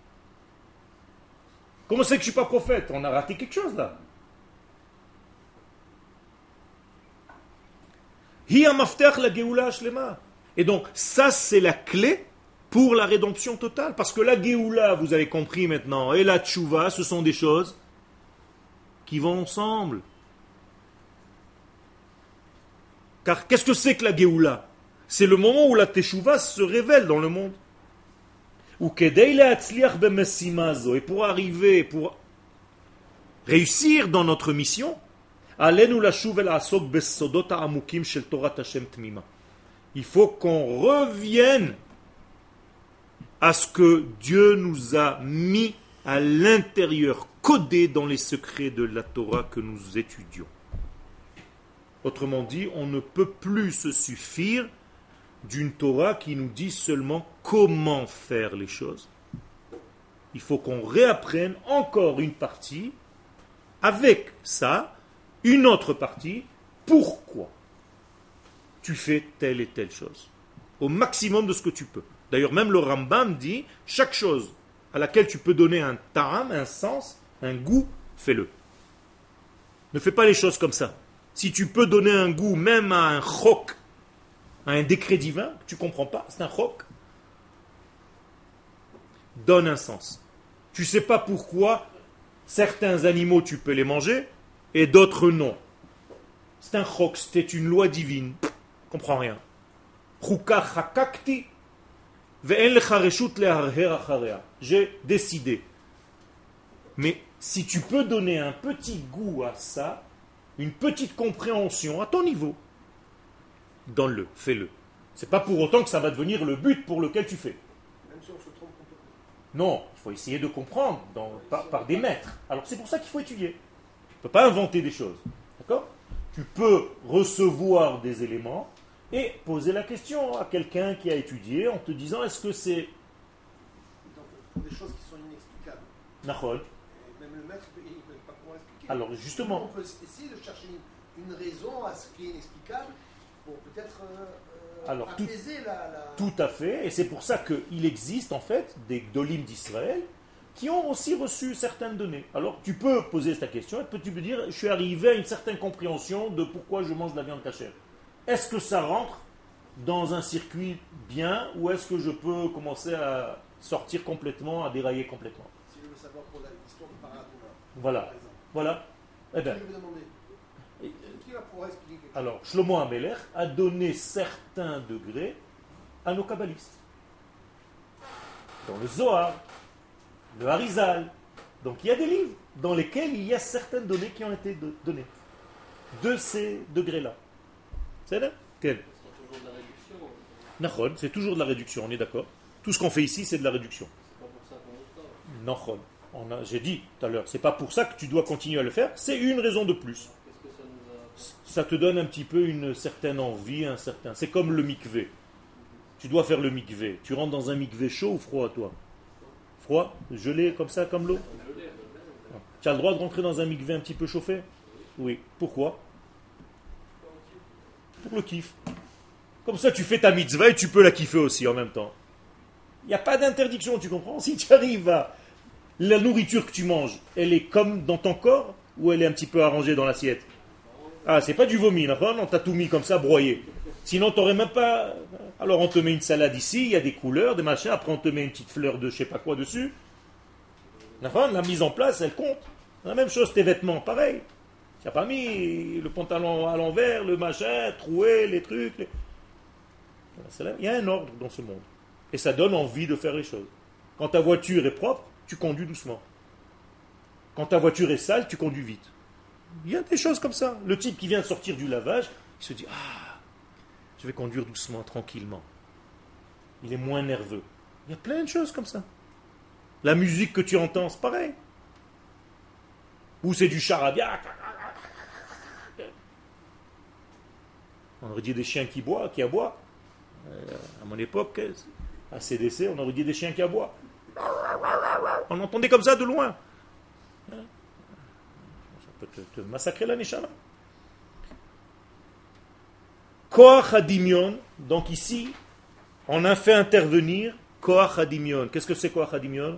Comment c'est que je ne suis pas prophète? On a raté quelque chose là. Et donc, ça c'est la clé pour la rédemption totale. Parce que la Géoula, vous avez compris maintenant, et la Tchouva, ce sont des choses qui vont ensemble. Car qu'est-ce que c'est que la Géoula? C'est le moment où la Teshuvah se révèle dans le monde. Et pour arriver, pour réussir dans notre mission, il faut qu'on revienne à ce que Dieu nous a mis à l'intérieur, codé dans les secrets de la Torah que nous étudions. Autrement dit, on ne peut plus se suffire d'une Torah qui nous dit seulement comment faire les choses. Il faut qu'on réapprenne encore une partie, avec ça, une autre partie, pourquoi tu fais telle et telle chose. Au maximum de ce que tu peux. D'ailleurs, même le Rambam dit, chaque chose à laquelle tu peux donner un ta'am, un sens, un goût, fais-le. Ne fais pas les choses comme ça. Si tu peux donner un goût même à un chok, à un décret divin, tu ne comprends pas, c'est un chok. Donne un sens. Tu ne sais pas pourquoi certains animaux tu peux les manger et d'autres non. C'est un chok, c'était une loi divine. Comprends rien. Chouka chakakti. J'ai décidé. Mais si tu peux donner un petit goût à ça, une petite compréhension à ton niveau, donne-le, fais-le. C'est pas pour autant que ça va devenir le but pour lequel tu fais. Même si on se trompe complètement. Non, il faut essayer de comprendre par des maîtres. Alors c'est pour ça qu'il faut étudier. Tu ne peux pas inventer des choses. D'accord? Tu peux recevoir des éléments et poser la question à quelqu'un qui a étudié en te disant est-ce que c'est... Donc, pour des choses qui sont inexplicables. Nahol. Et même le maître, il ne peut pas pouvoir expliquer. Alors justement... On peut essayer de chercher une raison à ce qui est inexplicable pour peut-être apaiser la... Tout à fait, et c'est pour ça qu'il existe en fait des Gdolim d'Israël qui ont aussi reçu certaines données. Alors tu peux poser ta question, et tu peux dire, je suis arrivé à une certaine compréhension de pourquoi je mange de la viande cachère. Est-ce que ça rentre dans un circuit bien, ou est-ce que je peux commencer à sortir complètement, à dérailler complètement? Si je veux savoir pour l'histoire de Paradouna, Voilà, par exemple. voilà. Eh bien, Je vais demander, qui va pouvoir expliquer quelque chose? alors, Shlomo Amelech a donné certains degrés à nos kabbalistes. Dans le Zohar, le Harizal. Donc il y a des livres dans lesquels il y a certaines données qui ont été données. De ces degrés-là. C'est là? Quel? C'est toujours de la réduction. Nachon, c'est toujours de la réduction, on est d'accord. Tout ce qu'on fait ici, c'est de la réduction. C'est pas pour ça qu'on le sort. Nachon. J'ai dit tout à l'heure, c'est pas pour ça que tu dois continuer à le faire, c'est une raison de plus. Qu'est-ce que ça nous a... Ça te donne un petit peu une certaine envie, un certain... C'est comme le mikvé. Tu dois faire le mikvé. Tu rentres dans un mikvé chaud ou froid, toi? Froid? Gelé comme ça, comme l'eau? Tu as le droit de rentrer dans un mikvé un petit peu chauffé? Oui. Pourquoi? Pour le kiff. Comme ça, tu fais ta mitzvah et tu peux la kiffer aussi en même temps. Il n'y a pas d'interdiction, tu comprends? Si tu arrives à... La nourriture que tu manges, elle est comme dans ton corps ou elle est un petit peu arrangée dans l'assiette? Ah, c'est pas du vomi, d'accord? On t'a tout mis comme ça, broyé. Sinon, tu n'aurais même pas... Alors, on te met une salade ici, il y a des couleurs, des machins, après on te met une petite fleur de je sais pas quoi dessus. D'accord? La mise en place, elle compte. La même chose, tes vêtements, pareil. Tu n'as pas mis le pantalon à l'envers, le machin, troué, les trucs. Il y a un ordre dans ce monde. Et ça donne envie de faire les choses. Quand ta voiture est propre, tu conduis doucement. Quand ta voiture est sale, tu conduis vite. Il y a des choses comme ça. Le type qui vient de sortir du lavage, il se dit « Ah, je vais conduire doucement, tranquillement. » Il est moins nerveux. Il y a plein de choses comme ça. La musique que tu entends, c'est pareil. Ou c'est du charabia. On aurait dit des chiens qui aboient. À mon époque, à CDC, on aurait dit des chiens qui aboient. On entendait comme ça de loin. Ça peut te massacrer la neshama. Koach hadimion. Donc ici, on a fait intervenir Koach hadimion. Qu'est-ce que c'est Koach hadimion?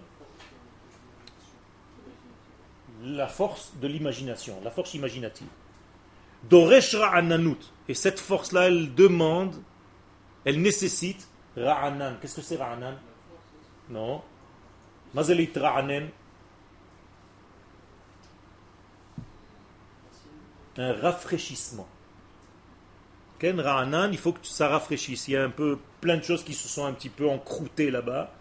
La force de l'imagination, la force imaginative. Doresh ra'ananut. Et cette force-là, elle demande, elle nécessite ra'anan. Qu'est-ce que c'est ra'anan? Non. Mazelit ra'anen. Un rafraîchissement. Ken ra'anan, il faut que ça rafraîchisse. Il y a un peu plein de choses qui se sont un petit peu encroûtées là-bas.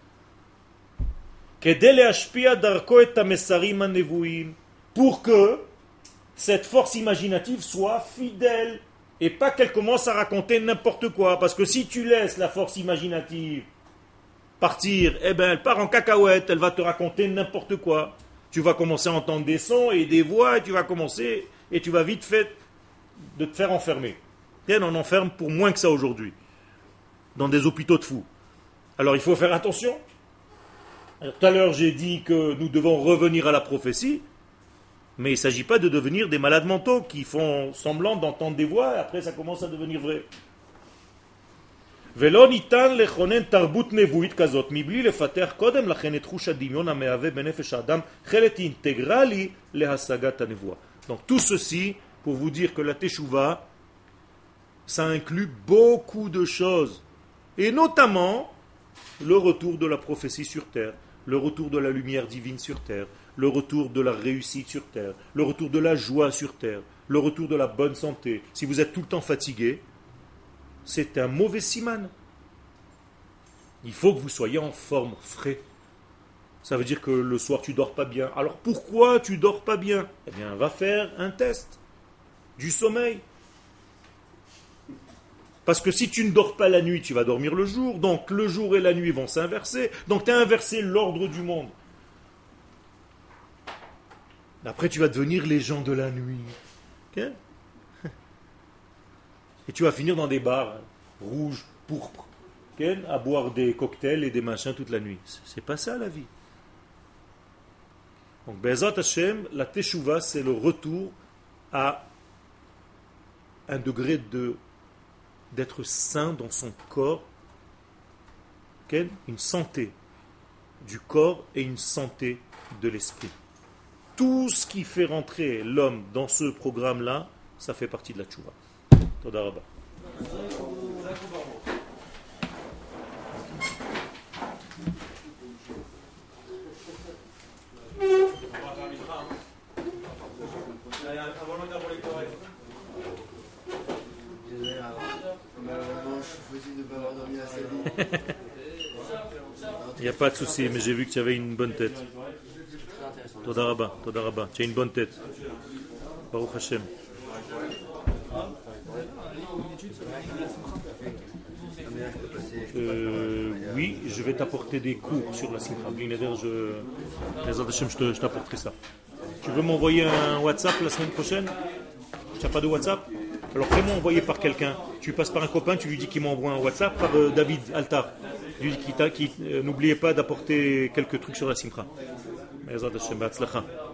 Pour que cette force imaginative soit fidèle et pas qu'elle commence à raconter n'importe quoi. Parce que si tu laisses la force imaginative partir, eh ben elle part en cacahuète, elle va te raconter n'importe quoi. Tu vas commencer à entendre des sons et des voix et tu vas commencer et tu vas vite fait de te faire enfermer. On enferme pour moins que ça aujourd'hui dans des hôpitaux de fous. Alors il faut faire attention. Alors, tout à l'heure, j'ai dit que nous devons revenir à la prophétie, mais il ne s'agit pas de devenir des malades mentaux qui font semblant d'entendre des voix et après ça commence à devenir vrai. ולא ניתן לכונן תרבות נבואית כזאת מבלי לפתח קודם לכן את חוש הדמיון המהווה בנפש האדם חלק אינטגרלי להשגת הנבואה. Donc tout ceci pour vous dire que la teshuva, ça inclut beaucoup de choses, et notamment le retour de la prophétie sur terre, le retour de la lumière divine sur terre, le retour de la réussite sur terre, le retour de la joie sur terre, le retour de la bonne santé. Si vous êtes tout le temps fatigué, c'est un mauvais siman. Il faut que vous soyez en forme, frais. Ça veut dire que le soir tu dors pas bien. Alors pourquoi tu dors pas bien? Eh bien, va faire un test du sommeil. Parce que si tu ne dors pas la nuit, tu vas dormir le jour. Donc le jour et la nuit vont s'inverser. Donc tu as inversé l'ordre du monde. Après tu vas devenir les gens de la nuit. Okay? Et tu vas finir dans des bars rouges, pourpres, okay? À boire des cocktails et des machins toute la nuit. C'est pas ça la vie. Donc Be'ezrat Hashem, la Teshuvah, c'est le retour à un degré d'être sain dans son corps, une santé du corps et une santé de l'esprit. Tout ce qui fait rentrer l'homme dans ce programme-là, ça fait partie de la tchouva. Toda Rabba. Il n'y a pas de souci, mais j'ai vu que tu avais une bonne tête. Toda Rabba, Toda Rabba. Tu as une bonne tête. Baruch Hashem. Oui, je vais t'apporter des cours sur la Simcha. Je t'apporterai ça. Tu veux m'envoyer un WhatsApp la semaine prochaine? Tu n'as pas de WhatsApp? Alors fais-moi envoyer par quelqu'un. Tu passes par un copain, tu lui dis qu'il m'envoie un WhatsApp par David Altar. Lui dis n'oubliez pas d'apporter quelques trucs sur la Simcha.